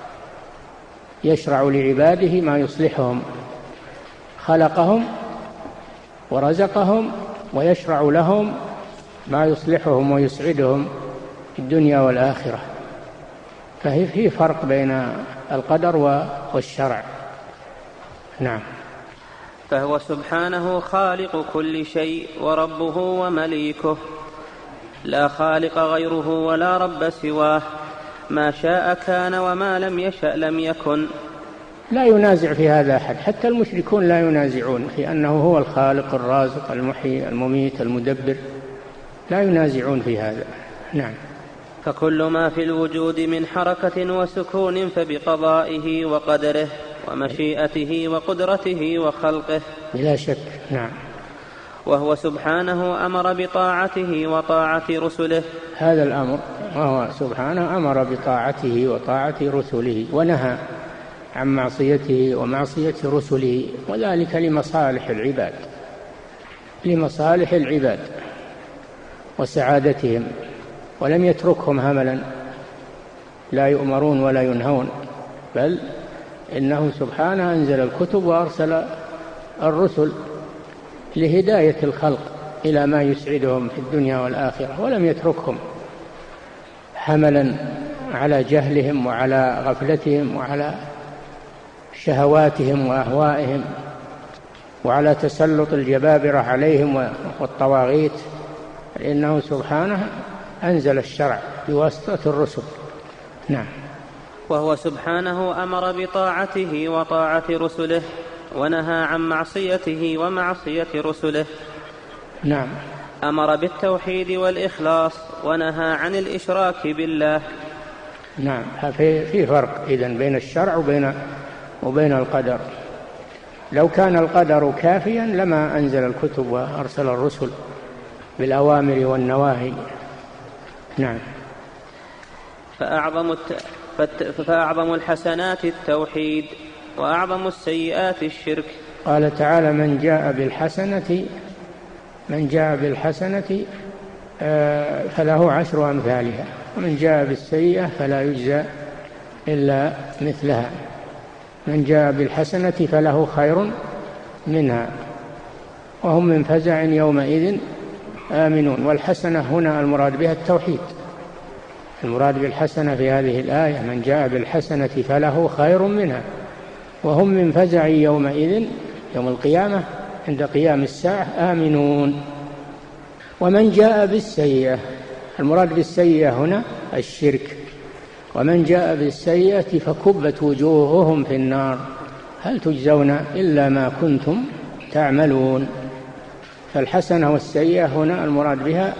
يشرع لعباده ما يصلحهم، خلقهم ورزقهم ويشرع لهم ما يصلحهم ويسعدهم في الدنيا والآخرة. فهي في فرق بين القدر والشرع. نعم. فهو سبحانه خالق كل شيء وربه ومليكه، لا خالق غيره ولا رب سواه، ما شاء كان وما لم يشأ لم يكن. لا ينازع في هذا أحد، حتى المشركون لا ينازعون في أنه هو الخالق الرازق المحيي المميت المدبر، لا ينازعون في هذا. نعم. فكل ما في الوجود من حركة وسكون فبقضائه وقدره ومشيئته وقدرته وخلقه بلا شك. نعم. وهو سبحانه أمر بطاعته وطاعة رسله، هذا الأمر، وهو سبحانه أمر بطاعته وطاعة رسله، ونهى عن معصيته ومعصية رسله، وذلك لمصالح العباد، لمصالح العباد وسعادتهم، ولم يتركهم هملا لا يؤمرون ولا ينهون، بل إنه سبحانه أنزل الكتب وأرسل الرسل لهداية الخلق إلى ما يسعدهم في الدنيا والآخرة، ولم يتركهم حملا على جهلهم وعلى غفلتهم وعلى شهواتهم وأهوائهم وعلى تسلط الجبابرة عليهم والطواغيت، لأنه سبحانه أنزل الشرع بواسطة الرسل. نعم. وهو سبحانه أمر بطاعته وطاعة رسله، ونهى عن معصيته ومعصية رسله. نعم. أمر بالتوحيد والإخلاص، ونهى عن الإشراك بالله. نعم. في فرق إذن بين الشرع وبين وبين القدر. لو كان القدر كافيا لما أنزل الكتب وأرسل الرسل بالأوامر والنواهي. نعم. فأعظم, الت... فأعظم الحسنات التوحيد، وأعظم السيئات الشرك. قال تعالى: من جاء بالحسنة من جاء بالحسنة فله عشر أمثالها، ومن جاء بالسيئة فلا يجزى إلا مثلها. من جاء بالحسنة فله خير منها وهم من فزع يومئذ آمنون. والحسنة هنا المراد بها التوحيد، المراد بالحسنة في هذه الآية من جاء بالحسنة فله خير منها وهم من فزع يومئذ يوم القيامة عند قيام الساعة آمنون. ومن جاء بالسيئة، المراد بالسيئة هنا الشرك. ومن جاء بالسيئة فكبت وجوههم في النار هل تجزون إلا ما كنتم تعملون. فالحسنة والسيئة هنا المراد بها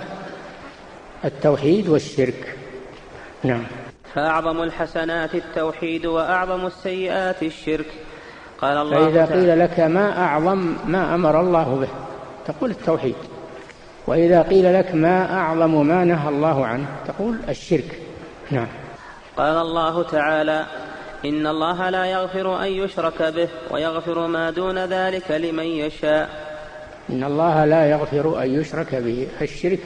التوحيد والشرك. نعم. فأعظم الحسنات التوحيد وأعظم السيئات الشرك. قال الله فإذا قيل لك ما أعظم ما أمر الله به تقول التوحيد، وإذا قيل لك ما أعظم ما نهى الله عنه تقول الشرك. نعم. قال الله تعالى إن الله لا يغفر أن يشرك به ويغفر ما دون ذلك لمن يشاء. إن الله لا يغفر أن يشرك به، الشرك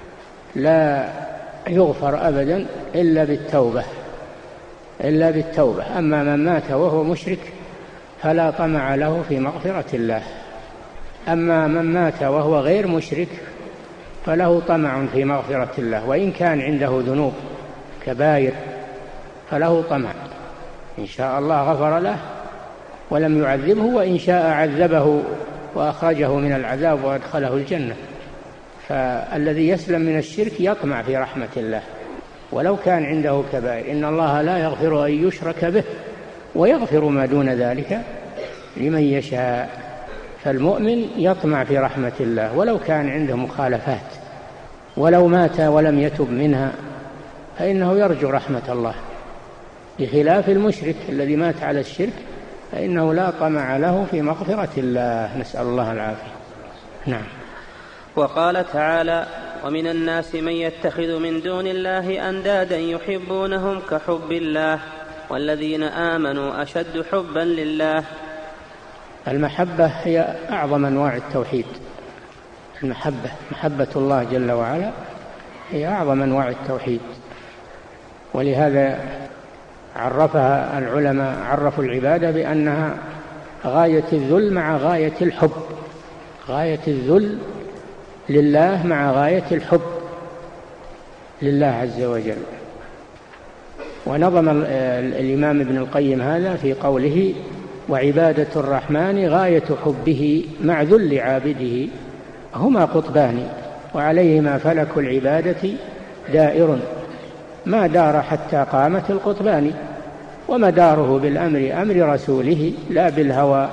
لا يغفر أبدا إلا بالتوبة إلا بالتوبة. أما من مات وهو مشرك فلا طمع له في مغفرة الله. أما من مات وهو غير مشرك فله طمع في مغفرة الله، وإن كان عنده ذنوب كبائر فله طمع، إن شاء الله غفر له ولم يعذبه، وإن شاء عذبه وأخرجه من العذاب وأدخله الجنة. فالذي يسلم من الشرك يطمع في رحمة الله ولو كان عنده كبائر. إن الله لا يغفر أن يشرك به ويغفر ما دون ذلك لمن يشاء. فالمؤمن يطمع في رحمة الله ولو كان عنده مخالفات، ولو مات ولم يتب منها فإنه يرجو رحمة الله، بخلاف المشرك الذي مات على الشرك فإنه لا طمع له في مغفرة الله، نسأل الله العافية. نعم. وقال تعالى ومن الناس من يتخذ من دون الله أندادا يحبونهم كحب الله والذين آمنوا أشد حبا لله. المحبة هي أعظم أنواع التوحيد. المحبة محبة الله جل وعلا هي أعظم أنواع التوحيد، ولهذا عرفها العلماء، عرفوا العبادة بأنها غاية الذل مع غاية الحب، غاية الذل لله مع غاية الحب لله عز وجل. ونظم الإمام ابن القيم هذا في قوله وعبادة الرحمن غاية حبه مع ذل عابده هما قطبان وعليهما فلك العبادة دائر ما دار حتى قامت القطبان ومداره بالأمر أمر رسوله لا بالهوى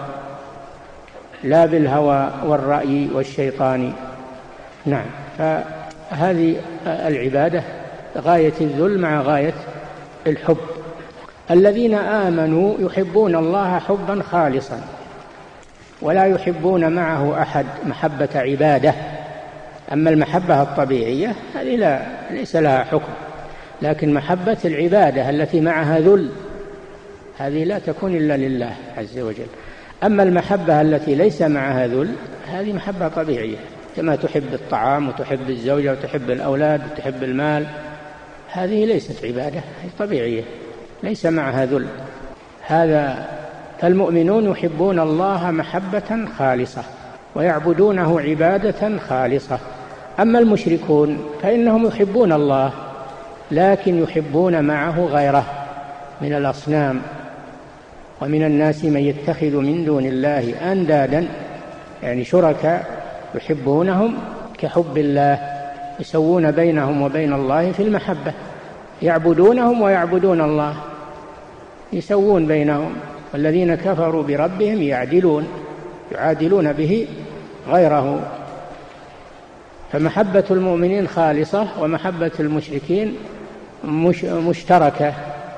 لا بالهوى والرأي والشيطان. نعم. فهذه العبادة غاية الذل مع غاية الحب. الذين آمنوا يحبون الله حبا خالصا ولا يحبون معه أحد محبة عبادة. أما المحبة الطبيعية هذه لا ليس لها حكم، لكن محبة العبادة التي معها ذل هذه لا تكون إلا لله عز وجل. أما المحبة التي ليس معها ذل هذه محبة طبيعية، كما تحب الطعام وتحب الزوجة وتحب الأولاد وتحب المال، هذه ليست عبادة، هي طبيعية ليس معها ذل. هذا فالمؤمنون يحبون الله محبة خالصة ويعبدونه عبادة خالصة. أما المشركون فإنهم يحبون الله لكن يحبون معه غيره من الأصنام. ومن الناس من يتخذ من دون الله أندادا يعني شركاء يحبونهم كحب الله، يسوون بينهم وبين الله في المحبة، يعبدونهم ويعبدون الله، يسوون بينهم. والذين كفروا بربهم يعدلون يعادلون به غيره. فمحبة المؤمنين خالصة ومحبة المشركين مش مشتركة،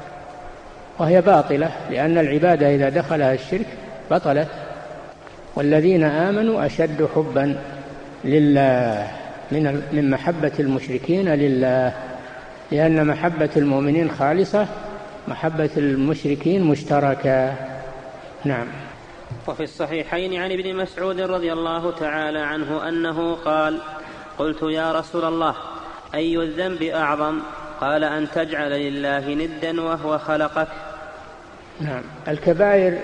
وهي باطلة، لأن العبادة إذا دخلها الشرك بطلت. والذين آمنوا أشد حبا لله من من محبة المشركين لله، لأن محبة المؤمنين خالصة، محبة المشركين مشتركة. نعم. وفي الصحيحين عن ابن مسعود رضي الله تعالى عنه أنه قال قلت يا رسول الله أي الذنب أعظم؟ قال أن تجعل لله ندا وهو خلقك. نعم. الكبائر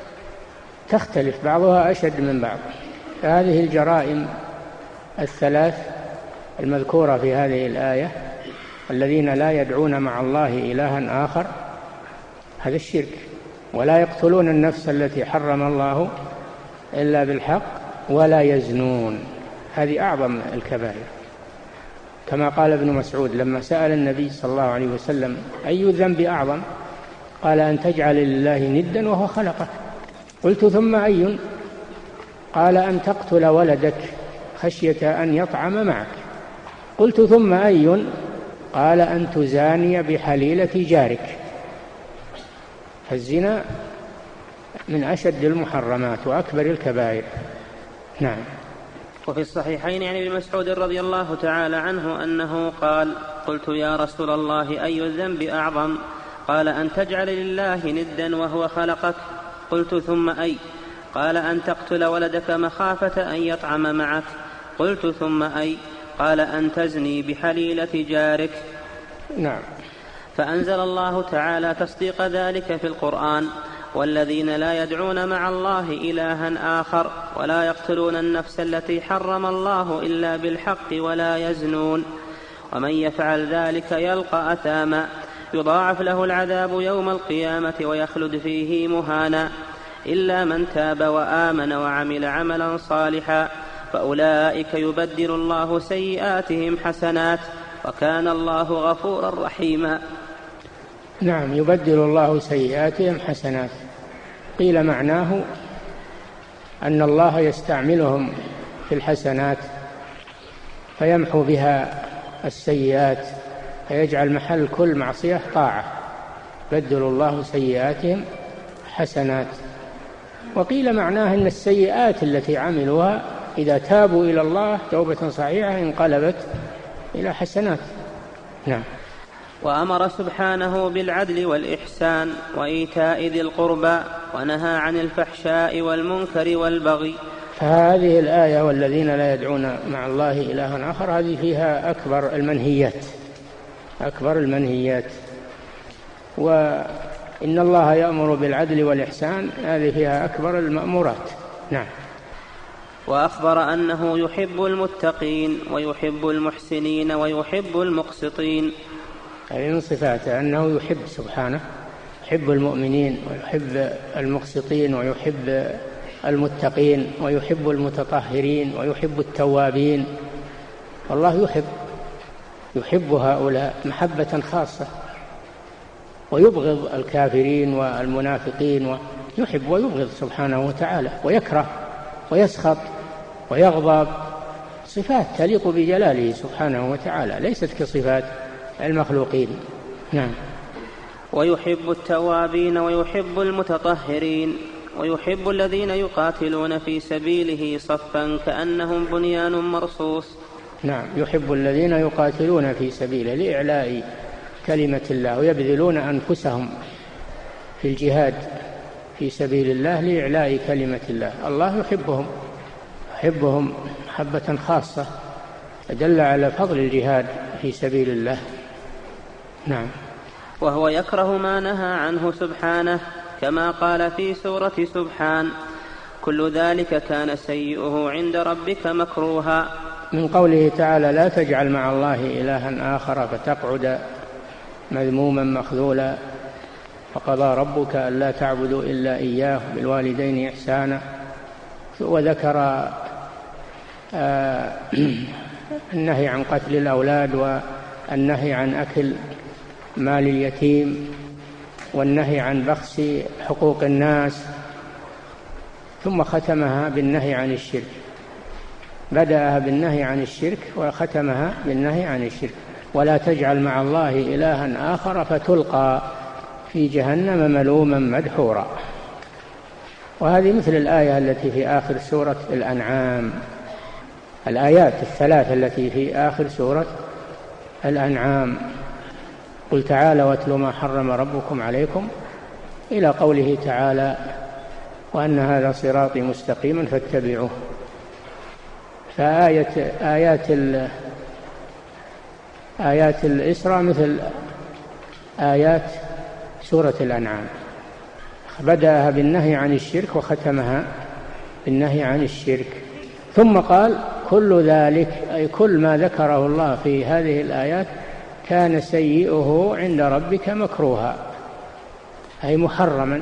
تختلف، بعضها أشد من بعض. فهذه الجرائم الثلاث المذكورة في هذه الآية الذين لا يدعون مع الله إلها آخر، هذا الشرك. ولا يقتلون النفس التي حرم الله إلا بالحق ولا يزنون، هذه أعظم الكبائر، كما قال ابن مسعود لما سأل النبي صلى الله عليه وسلم أي الذنب أعظم؟ قال أن تجعل لله ندا وهو خلقك. قلت ثم أي؟ قال أن تقتل ولدك خشية أن يطعم معك. قلت ثم أي؟ قال أن تزاني بحليلة جارك. فالزنا من أشد المحرمات وأكبر الكبائر. نعم. وفي الصحيحين عن ابن مسعود رضي الله تعالى عنه أنه قال: قلت يا رسول الله أي الذنب أعظم؟ قال أن تجعل لله ندا وهو خلقك. قلت ثم أي؟ قال أن تقتل ولدك مخافة أن يطعم معك. قلت ثم أي؟ قال أن تزني بحليلة جارك. نعم. فأنزل الله تعالى تصديق ذلك في القرآن: والذين لا يدعون مع الله إلها آخر ولا يقتلون النفس التي حرم الله إلا بالحق ولا يزنون ومن يفعل ذلك يلقى أثاما يضاعف له العذاب يوم القيامة ويخلد فيه مهانا إلا من تاب وآمن وعمل عملا صالحا فأولئك يبدل الله سيئاتهم حسنات وكان الله غفورا رحيما. نعم، يبدل الله سيئاتهم حسنات. قيل معناه أن الله يستعملهم في الحسنات فيمحو بها السيئات فيجعل محل كل معصية طاعة، يبدل الله سيئاتهم حسنات. وقيل معناه أن السيئات التي عملوها إذا تابوا إلى الله توبة صحيحة انقلبت إلى حسنات. نعم. وأمر سبحانه بالعدل والإحسان وإيتاء ذي القربى ونهى عن الفحشاء والمنكر والبغي. فهذه الآية والذين لا يدعون مع الله إلها آخر هذه فيها أكبر المنهيات أكبر المنهيات وإن الله يأمر بالعدل والإحسان هذه فيها أكبر المأمورات. نعم. وأخبر أنه يحب المتقين ويحب المحسنين ويحب المقسطين. هذه من صفاته أنه يحب سبحانه، يحب المؤمنين ويحب المقسطين ويحب المتقين ويحب المتطهرين ويحب التوابين. والله يحب يحب هؤلاء محبة خاصة ويبغض الكافرين والمنافقين، ويحب ويبغض سبحانه وتعالى ويكره ويسخط ويغضب، صفات تليق بجلاله سبحانه وتعالى ليست كصفات المخلوقين. نعم. ويحب التوابين ويحب المتطهرين ويحب الذين يقاتلون في سبيله صفا كأنهم بنيان مرصوص. نعم، يحب الذين يقاتلون في سبيله لإعلاء كلمة الله ويبذلون أنفسهم في الجهاد في سبيل الله لإعلاء كلمة الله. الله يحبهم يحبهم محبة خاصة دل على فضل الجهاد في سبيل الله. نعم. وهو يكره ما نهى عنه سبحانه كما قال في سورة سبحان: كل ذلك كان سيئه عند ربك مكروها. من قوله تعالى: لا تجعل مع الله إلها آخر فتقعد مذموما مخذولا، وقضى ربك ألا تعبدوا إلا إياه بالوالدين إحسانا. وذكر آه النهي عن قتل الأولاد والنهي عن أكل مال اليتيم والنهي عن بخس حقوق الناس، ثم ختمها بالنهي عن الشرك. بدأها بالنهي عن الشرك وختمها بالنهي عن الشرك. ولا تجعل مع الله إلها آخر فتلقى في جهنم ملوما مدحورا. وهذه مثل الآية التي في آخر سورة الأنعام، الآيات الثلاث التي في آخر سورة الأنعام: قل تعالى واتل ما حرم ربكم عليكم، إلى قوله تعالى: وأن هذا صراطي مستقيما فاتبعوه. فآية آيات آيات الإسراء مثل آيات سورة الأنعام، بدأها بالنهي عن الشرك وختمها بالنهي عن الشرك. ثم قال: كل ذلك أي كل ما ذكره الله في هذه الآيات كان سيئه عند ربك مكروها، أي محرما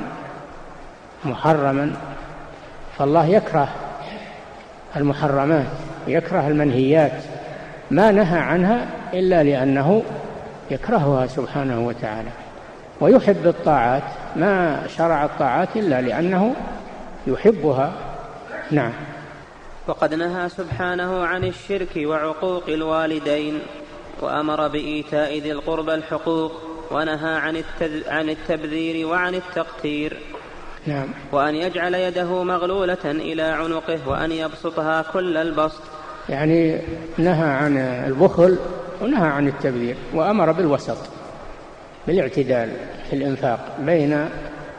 محرما فالله يكره المحرمات، يكره المنهيات، ما نهى عنها إلا لأنه يكرهها سبحانه وتعالى، ويحب الطاعات، ما شرع الطاعات إلا لأنه يحبها. نعم. وقد نهى سبحانه عن الشرك وعقوق الوالدين، وأمر بإيتاء ذي القربى الحقوق، ونهى عن عن التبذير وعن التقتير. نعم. وأن يجعل يده مغلولة إلى عنقه وأن يبسطها كل البسط، يعني نهى عن البخل ونهى عن التبذير، وأمر بالوسط بالاعتدال في الإنفاق بين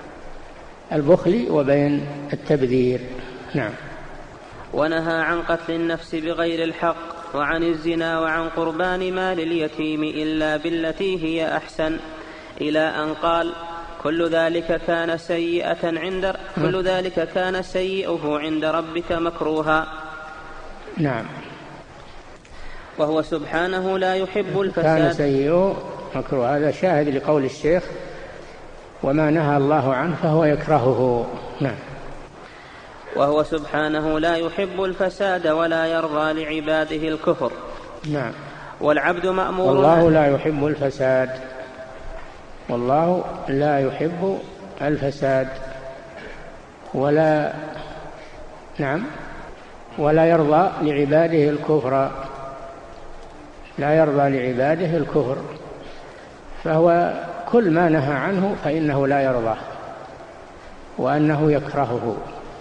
البخل وبين التبذير. نعم. ونهى عن قتل النفس بغير الحق، وعن الزنا، وعن قربان مال اليتيم إلا بالتي هي أحسن، إلى أن قال: كل ذلك كان سيئة عند كل ذلك كان سيئه عند ربك مكروها. نعم. وهو سبحانه لا يحب الفساد. كان سيئه مكروه، هذا شاهد لقول الشيخ: وما نهى الله عنه فهو يكرهه. نعم. وهو سبحانه لا يحب الفساد ولا يرضى لعباده الكفر. نعم. والعبد مأمور. والله لا يحب الفساد، والله لا يحب الفساد ولا نعم ولا يرضى لعباده الكفر، لا يرضى لعباده الكفر، فهو كل ما نهى عنه فإنه لا يرضاه وأنه يكرهه،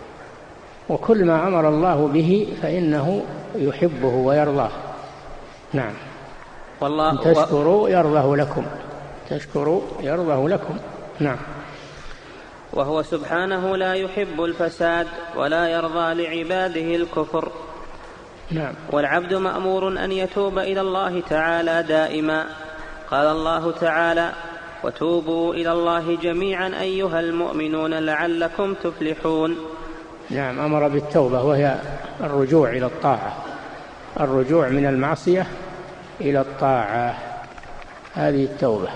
وكل ما أمر الله به فإنه يحبه ويرضاه. نعم. والله إن تشكروا يرضه لكم، تشكروا يرضه لكم. نعم. وهو سبحانه لا يحب الفساد ولا يرضى لعباده الكفر. نعم. والعبد مأمور أن يتوب إلى الله تعالى دائما. قال الله تعالى: وتوبوا إلى الله جميعا أيها المؤمنون لعلكم تفلحون. نعم. أمر بالتوبة، وهي الرجوع إلى الطاعة، الرجوع من المعصية إلى الطاعة، هذه التوبة.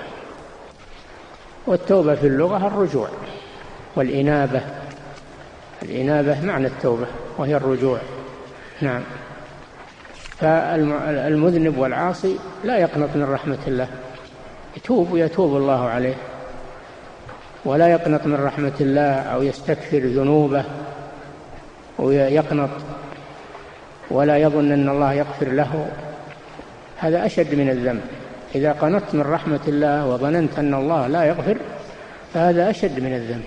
والتوبة في اللغة الرجوع، والإنابة، الإنابة معنى التوبة وهي الرجوع. نعم. فالمذنب والعاصي لا يقنط من رحمة الله، يتوب ويتوب الله عليه، ولا يقنط من رحمة الله أو يستكثر ذنوبه ويقنط ولا يظن أن الله يغفر له، هذا أشد من الذنب. إذا قنطت من رحمة الله وظننت أن الله لا يغفر فهذا أشد من الذنب.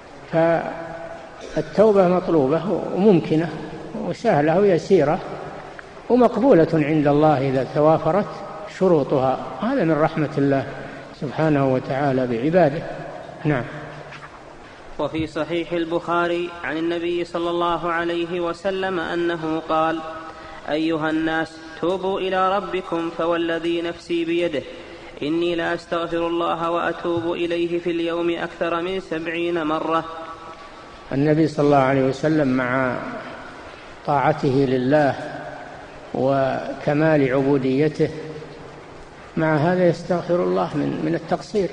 فالتوبة مطلوبة وممكنة وسهلة ويسيرة ومقبولة عند الله إذا توافرت شروطها، هذا من رحمة الله سبحانه وتعالى بعباده. نعم. وفي صحيح البخاري عن النبي صلى الله عليه وسلم أنه قال: أيها الناس توبوا إلى ربكم فوالذي نفسي بيده إني لا أستغفر الله وأتوب إليه في اليوم أكثر من سبعين مرة. النبي صلى الله عليه وسلم مع طاعته لله وكمال عبوديته مع هذا يستغفر الله من من التقصير،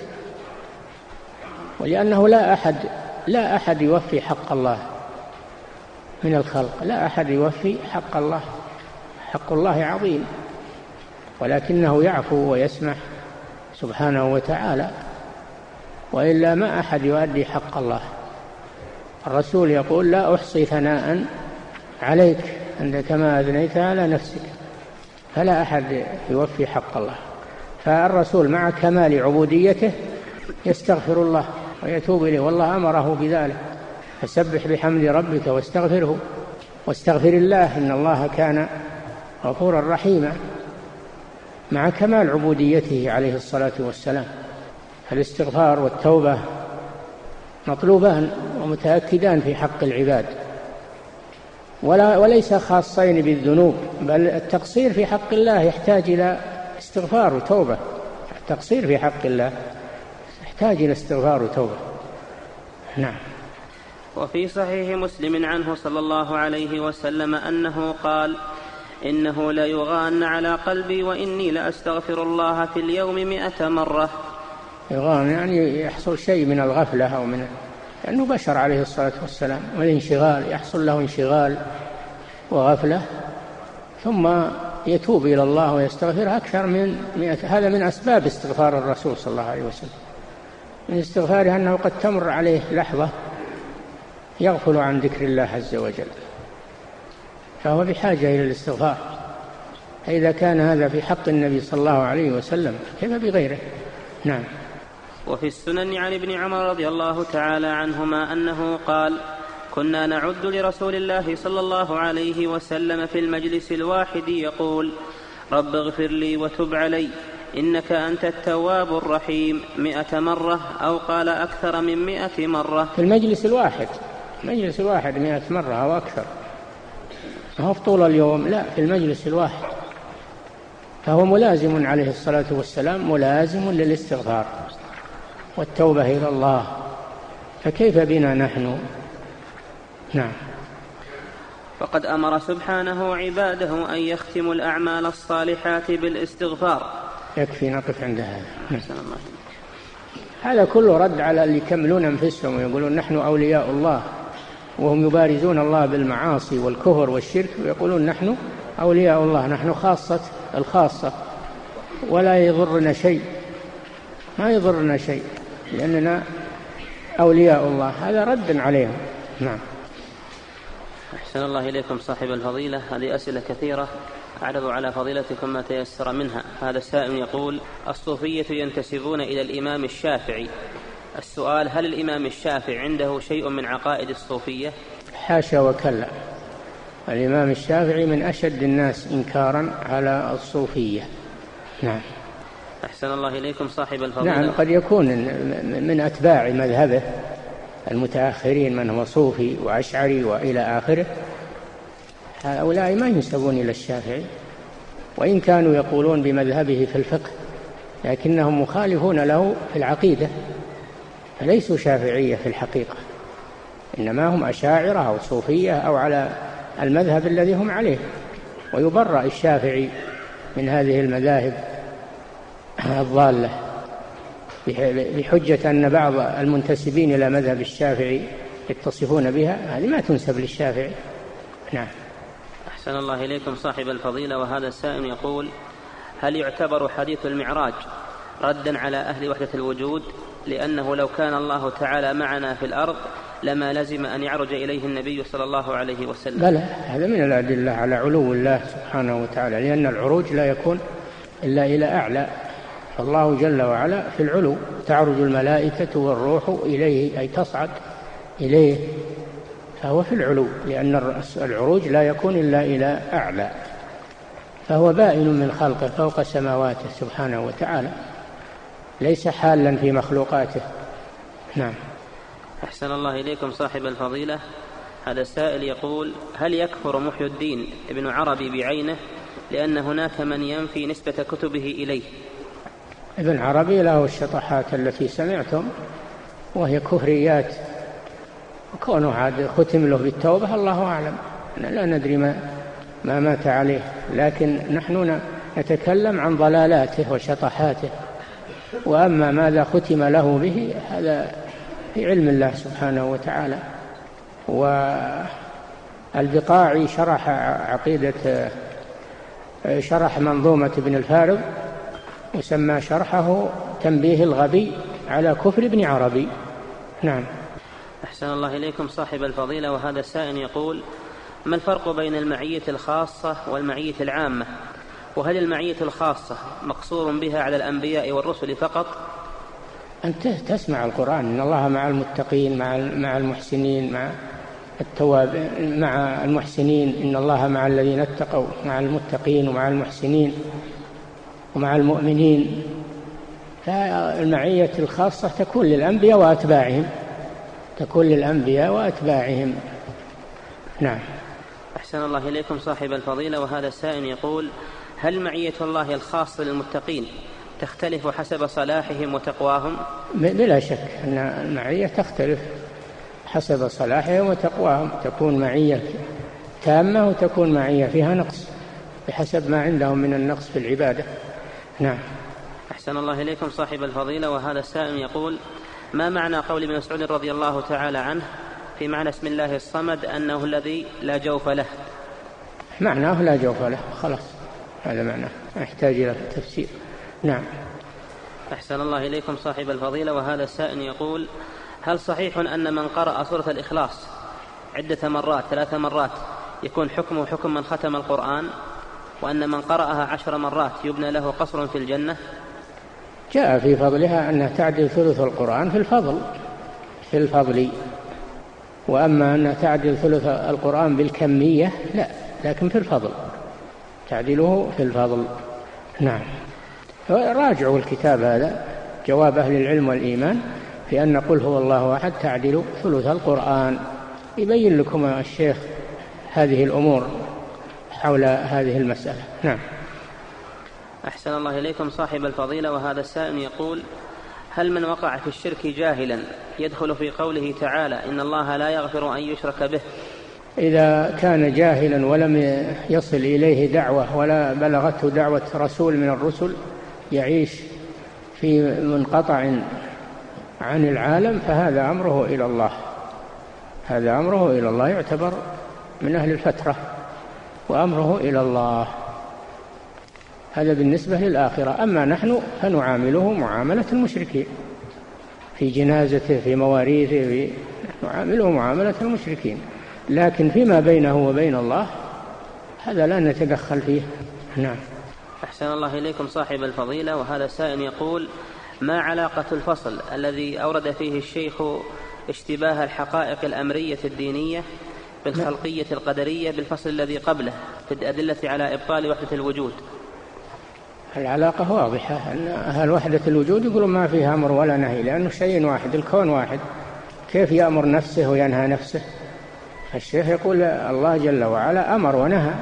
ولأنه لا أحد لا أحد يوفي حق الله من الخلق، لا أحد يوفي حق الله، حق الله عظيم، ولكنه يعفو ويسمح سبحانه وتعالى، وإلا ما أحد يؤدي حق الله. الرسول يقول: لا أحصي ثناء عليك أنت كما أثنيت على نفسك، فلا أحد يوفي حق الله. فالرسول مع كمال عبوديته يستغفر الله ويتوب إليه، والله أمره بذلك: فسبح بحمد ربك واستغفره واستغفر الله إن الله كان غفورا رحيما، مع كمال عبوديته عليه الصلاة والسلام. فالاستغفار والتوبة مطلوبان ومتأكدان في حق العباد، ولا وليس خاصين بالذنوب، بل التقصير في حق الله يحتاج إلى استغفار وتوبة. التقصير في حق الله يحتاج إلى استغفار وتوبة. نعم. وفي صحيح مسلم عنه صلى الله عليه وسلم أنه قال: إنه ليغان على قلبي وإني لأستغفر الله في اليوم مئة مرة. يغان يعني يحصل شيء من الغفلة أو من لأنه يعني بشر عليه الصلاة والسلام، والانشغال يحصل له انشغال وغفلة، ثم يتوب إلى الله ويستغفر أكثر من مئة. هذا من أسباب استغفار الرسول صلى الله عليه وسلم، من استغفاره أنه قد تمر عليه لحظة يغفل عن ذكر الله عز وجل، فهو بحاجة إلى الاستغفار. إذا كان هذا في حق النبي صلى الله عليه وسلم كيف بغيره؟ نعم. وفي السنن عن ابن عمر رضي الله تعالى عنهما أنه قال: كنا نعد لرسول الله صلى الله عليه وسلم في المجلس الواحد يقول: رب اغفر لي وتب علي إنك أنت التواب الرحيم مئة مرة، أو قال أكثر من مئة مرة. في المجلس الواحد، المجلس الواحد مئة مرة أو أكثر، ما هو في طول اليوم، لا، في المجلس الواحد. فهو ملازم عليه الصلاة والسلام، ملازم للاستغفار والتوبة إلى الله، فكيف بنا نحن؟ نعم. فقد أمر سبحانه عباده أن يختموا الأعمال الصالحات بالاستغفار. يكفي نقف عند هذا. نعم. هذا كله رد على اللي يكملون أنفسهم ويقولون نحن أولياء الله، وهم يبارزون الله بالمعاصي والكفر والشرك، ويقولون نحن أولياء الله، نحن خاصة الخاصة، ولا يضرنا شيء، ما يضرنا شيء لأننا أولياء الله. هذا رد عليهم. نعم. أحسن الله إليكم صاحب الفضيلة، هذه أسئلة كثيرة أعرض على فضيلتكم ما تيسر منها. هذا السائل يقول: الصوفية ينتسبون إلى الإمام الشافعي، السؤال: هل الإمام الشافعي عنده شيء من عقائد الصوفية؟ حاشا وكلا، الإمام الشافعي من أشد الناس إنكارا على الصوفية. نعم. أحسن الله إليكم صاحب الفضيلة. نعم، قد يكون من أتباع مذهبه المتأخرين من هو صوفي وأشعري وإلى آخره، هؤلاء ما ينسبون إلى الشافعي، وإن كانوا يقولون بمذهبه في الفقه، لكنهم مخالفون له في العقيدة، فليسوا شافعية في الحقيقة، إنما هم أشاعرة أو صوفية أو على المذهب الذي هم عليه. ويبرأ الشافعي من هذه المذاهب الضالة بحجة أن بعض المنتسبين إلى مذهب الشافعي يتصفون بها، هذه ما تنسب للشافعي. نعم. أحسن الله إليكم صاحب الفضيلة، وهذا السائل يقول: هل يعتبر حديث المعراج ردا على أهل وحدة الوجود، لأنه لو كان الله تعالى معنا في الأرض لما لزم أن يعرج إليه النبي صلى الله عليه وسلم؟ بلى، هذا من الأدلة على علو الله سبحانه وتعالى، لأن العروج لا يكون إلا إلى أعلى، فالله جل وعلا في العلو، تعرج الملائكة والروح إليه، أي تصعد إليه، فهو في العلو، لأن العروج لا يكون إلا إلى أعلى، فهو بائن من خلقه فوق سماواته سبحانه وتعالى، ليس حالا في مخلوقاته. نعم. أحسن الله إليكم صاحب الفضيلة، هذا السائل يقول: هل يكفر محي الدين ابن عربي بعينه لأن هناك من ينفي نسبة كتبه إليه؟ ابن عربي له الشطحات التي سمعتم وهي كفريات، وكونه عاد ختم له بالتوبة الله أعلم، لا ندري ما, ما مات عليه، لكن نحن نتكلم عن ضلالاته وشطحاته، وأما ماذا ختم له به هذا في علم الله سبحانه وتعالى. والبقاعي شرح عقيدة، شرح منظومة ابن الفارض وسمى شرحه تنبيه الغبي على كفر ابن عربي. نعم. أحسن الله إليكم صاحب الفضيلة، وهذا السائل يقول: ما الفرق بين المعية الخاصة والمعية العامة؟ وهل المعية الخاصة مقصور بها على الأنبياء والرسل فقط؟ أنت تسمع القرآن: إن الله مع المتقين، مع مع المحسنين، مع التواب، مع المحسنين، إن الله مع الذين اتقوا، مع المتقين ومع المحسنين ومع المؤمنين. فالمعية الخاصة تكون للأنبياء وأتباعهم، تكون للأنبياء وأتباعهم. نعم. أحسن الله إليكم صاحب الفضيلة، وهذا السائل يقول: هل معية الله الخاصة للمتقين تختلف حسب صلاحهم وتقواهم؟ بلا شك أن المعية تختلف حسب صلاحهم وتقواهم، تكون معية تامة وتكون معية فيها نقص. بحسب ما عندهم من النقص في العبادة. نعم. أحسن الله إليكم صاحب الفضيلة، وهذا السائل يقول: ما معنى قول ابن مسعود رضي الله تعالى عنه في معنى اسم الله الصمد أنه الذي لا جوف له؟ معناه لا جوف له، خلاص هذا معناه، يحتاج إلى تفسير. نعم. أحسن الله إليكم صاحب الفضيلة، وهذا السائل يقول: هل صحيح أن من قرأ سورة الإخلاص عدة مرات ثلاث مرات يكون حكمه حكم من ختم القرآن، وأن من قرأها عشر مرات يبنى له قصر في الجنة؟ جاء في فضلها أنها تعدل ثلث القرآن في الفضل في الفضل وأما أنها تعدل ثلث القرآن بالكمية لا، لكن في الفضل تعدله في الفضل. نعم. راجعوا الكتاب هذا، جواب أهل العلم والإيمان في أن قل هو الله أحد تعدل ثلث القرآن، يبين لكم الشيخ هذه الأمور حول هذه المسألة. نعم. أحسن الله إليكم صاحب الفضيلة، وهذا السائل يقول: هل من وقع في الشرك جاهلا يدخل في قوله تعالى إن الله لا يغفر أن يشرك به؟ إذا كان جاهلا ولم يصل إليه دعوة ولا بلغته دعوة رسول من الرسل يعيش في منقطع عن العالم فهذا أمره إلى الله، هذا أمره إلى الله، يعتبر من أهل الفترة وأمره إلى الله. هذا بالنسبة للآخرة. أما نحن فنعامله معاملة المشركين في جنازته في مواريثه في نعامله معاملة المشركين، لكن فيما بينه وبين الله هذا لا نتدخل فيه. نعم. أحسن الله إليكم صاحب الفضيلة، وهذا سائل يقول: ما علاقة الفصل الذي أورد فيه الشيخ اشتباه الحقائق الأمرية الدينية بالخلقية القدرية بالفصل الذي قبله في الأدلة على إبطال وحدة الوجود؟ العلاقة واضحة، أن أهل وحدة الوجود يقولون ما فيها أمر ولا نهي، لأنه شيء واحد، الكون واحد، كيف يأمر نفسه وينهى نفسه؟ الشيخ يقول الله جل وعلا أمر ونهى،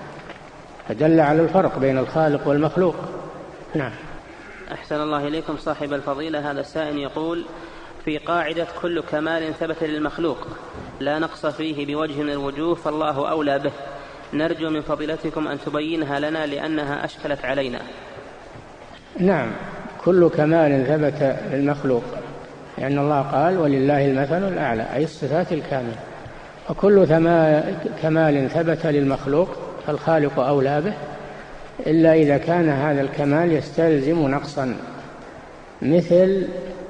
فدل على الفرق بين الخالق والمخلوق. نعم. أحسن الله إليكم صاحب الفضيلة، هذا السائل يقول: في قاعدة كل كمال ثبت للمخلوق لا نقص فيه بوجه من الوجوه فالله أولى به، نرجو من فضيلتكم أن تبينها لنا لأنها أشكلت علينا. نعم، كل كمال ثبت للمخلوق، لأن الله قال ولله المثل الأعلى، أي الصفات الكاملة، وكل كمال ثبت للمخلوق فالخالق أولى به، إلا إذا كان هذا الكمال يستلزم نقصا، مثل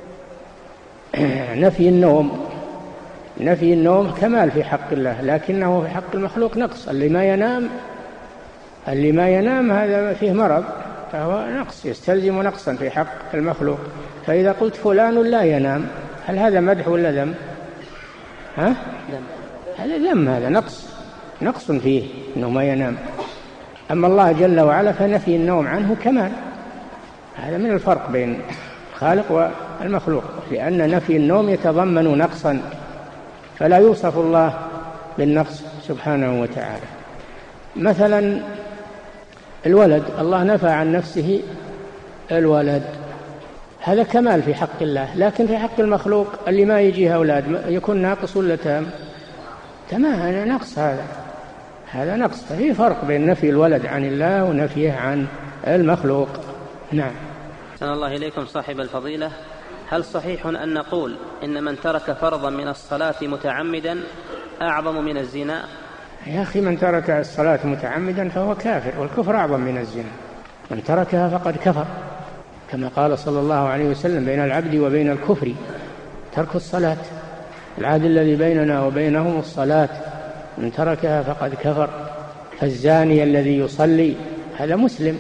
نفي النوم. نفي النوم كمال في حق الله، لكنه في حق المخلوق نقص. اللي ما ينام اللي ما ينام هذا فيه مرض، فهو نقص يستلزم نقصا في حق المخلوق. فإذا قلت فلان لا ينام، هل هذا مدح ولا ذم؟ ها؟ هذا ذم، هذا نقص نقص فيه إنه ما ينام. أما الله جل وعلا فنفي النوم عنه كمال. هذا من الفرق بين الخالق والمخلوق، لأن نفي النوم يتضمن نقصا، فلا يوصف الله بالنقص سبحانه وتعالى. مثلا الولد، الله نفى عن نفسه الولد، هذا كمال في حق الله، لكن في حق المخلوق اللي ما يجيه أولاد يكون ناقص ولا تام؟ تمام، هذا نقص، هذا هذا نقص. ففي فرق بين نفي الولد عن الله ونفيه عن المخلوق. نعم. أحسن الله إليكم صاحب الفضيلة، هل صحيح أن نقول إن من ترك فرضا من الصلاة متعمدا أعظم من الزنا؟ يا أخي، من ترك الصلاة متعمدا فهو كافر، والكفر أعظم من الزنا. من تركها فقد كفر، كما قال صلى الله عليه وسلم: بين العبد وبين الكفر ترك الصلاة، العهد الذي بيننا وبينهم الصلاة، من تركها فقد كفر. فالزاني الذي يصلي هذا مسلم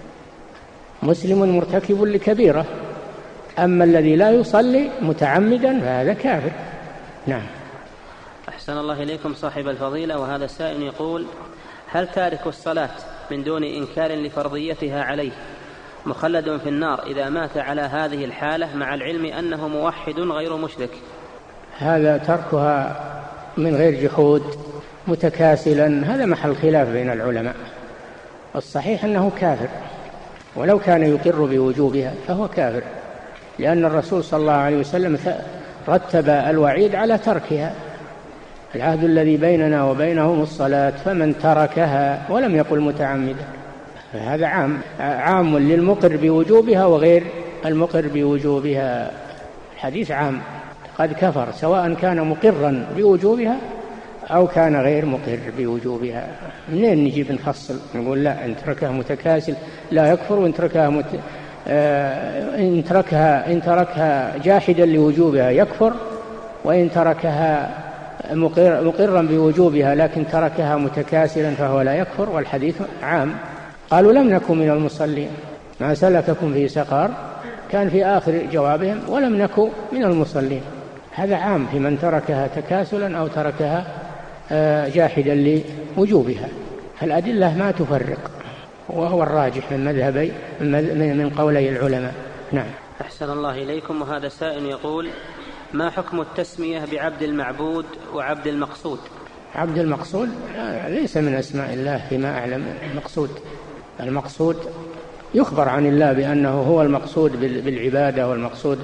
مسلم مرتكب لكبيرة، أما الذي لا يصلي متعمدا فهذا كافر. نعم. أحسن الله إليكم صاحب الفضيلة، وهذا السائل يقول: هل تارك الصلاة من دون إنكار لفرضيتها عليه مخلد في النار إذا مات على هذه الحالة مع العلم أنه موحد غير مشرك؟ هذا تركها من غير جحود متكاسلا، هذا محل خلاف بين العلماء. الصحيح أنه كافر، ولو كان يقر بوجوبها فهو كافر، لأن الرسول صلى الله عليه وسلم رتب الوعيد على تركها، العهد الذي بيننا وبينهم الصلاة فمن تركها، ولم يقل متعمدا، هذا عام عام للمقر بوجوبها وغير المقر بوجوبها. الحديث عام، قد كفر سواء كان مقرا بوجوبها أو كان غير مقر بوجوبها. منين نجيب نفصل نقول لا إن تركها متكاسل لا يكفر، وإن تركها مت... آه... إن تركها إن تركها جاحدا لوجوبها يكفر، وإن تركها مقر... مقرا بوجوبها لكن تركها متكاسلا فهو لا يكفر. والحديث عام. قالوا لم نكن من المصلين، ما سلككم في سقر، كان في آخر جوابهم ولم نكن من المصلين. هذا عام في من تركها تكاسلا أو تركها جاحدا لوجوبها. فالأدلة ما تفرق، وهو الراجح من مذهبي من قولي العلماء. نعم. أحسن الله إليكم. وهذا سائل يقول: ما حكم التسمية بعبد المعبود وعبد المقصود؟ عبد المقصود ليس من أسماء الله فيما أعلم. المقصود المقصود يخبر عن الله بأنه هو المقصود بالعبادة والمقصود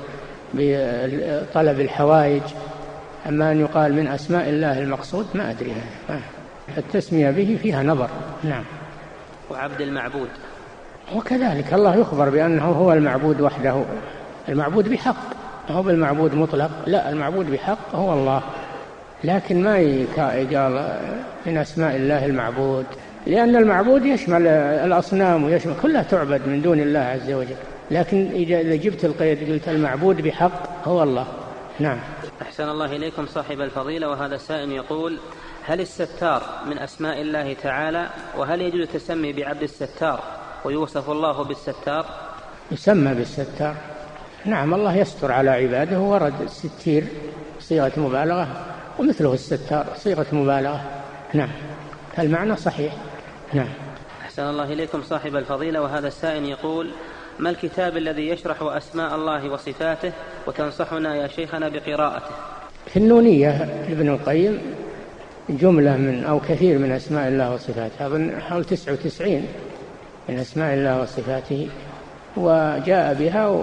بطلب الحوائج، أما أن يقال من أسماء الله المقصود ما أدري. التسمية به فيها نظر. نعم. وعبد المعبود وكذلك الله يخبر بأنه هو المعبود وحده، المعبود بحق، هو بالمعبود مطلق، لا، المعبود بحق هو الله، لكن ما يقال من أسماء الله المعبود، لأن المعبود يشمل الأصنام ويشمل كلها تعبد من دون الله عز وجل، لكن إذا جبت القيد قلت المعبود بحق هو الله. نعم. أحسن الله إليكم صاحب الفضيلة. وهذا سائل يقول: هل الستار من أسماء الله تعالى؟ وهل يجوز التسمي بعبد الستار ويوصف الله بالستار؟ يسمى بالستار. نعم، الله يستر على عباده، ورد الستير صيغة مبالغة ومثله الستار صيغة مبالغة. نعم، المعنى صحيح. نعم. أحسن الله إليكم صاحب الفضيلة. وهذا السائل يقول: ما الكتاب الذي يشرح أسماء الله وصفاته وتنصحنا يا شيخنا بقراءته؟ في النونية لابن القيم جملة من أو كثير من أسماء الله وصفاته، أظن حول تسعة وتسعين من أسماء الله وصفاته، وجاء بها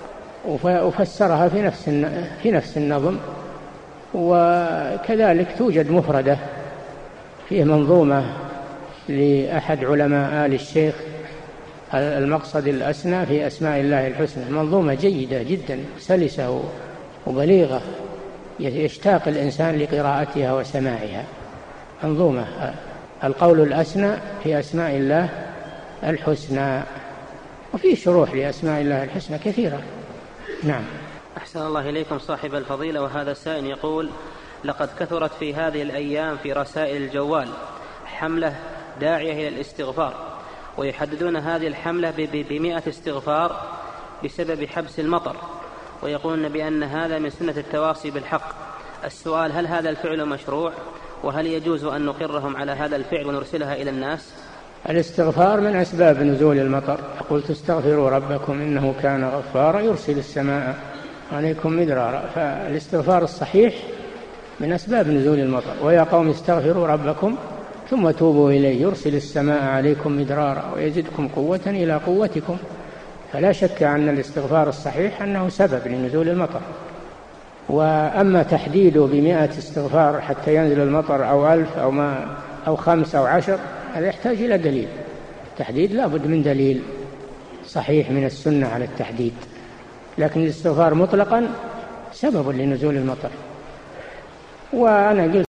وفسرها في نفس في نفس النظم. وكذلك توجد مفردة فيه منظومة لأحد علماء آل الشيخ المقصد الأسنى في أسماء الله الحسنى، منظومة جيدة جدا سلسة وبليغة يشتاق الإنسان لقراءتها وسماعها. منظومة القول الأسنى في أسماء الله الحسنى، وفي شروح لأسماء الله الحسنى كثيرة. نعم. أحسن الله إليكم صاحب الفضيلة. وهذا السائل يقول: لقد كثرت في هذه الأيام في رسائل الجوال حملة داعية إلى الاستغفار، ويحددون هذه الحملة بمئة استغفار بسبب حبس المطر، ويقولون بأن هذا من سنة التواصي بالحق. السؤال: هل هذا الفعل مشروع؟ وهل يجوز أن نقرهم على هذا الفعل ونرسلها إلى الناس؟ الاستغفار من أسباب نزول المطر، قلت استغفروا ربكم إنه كان غفارا يرسل السماء عليكم مدرارا. فالاستغفار الصحيح من أسباب نزول المطر. ويا قوم استغفروا ربكم ثم توبوا إليه يرسل السماء عليكم مدرارا ويزدكم قوة إلى قوتكم. فلا شك أن الاستغفار الصحيح أنه سبب لنزول المطر. وأما تحديده بمئة استغفار حتى ينزل المطر أو ألف أو, ما أو خمس أو عشر، هذا يحتاج إلى دليل. التحديد لا بد من دليل صحيح من السنة على التحديد، لكن الاستغفار مطلقا سبب لنزول المطر. وأنا قلت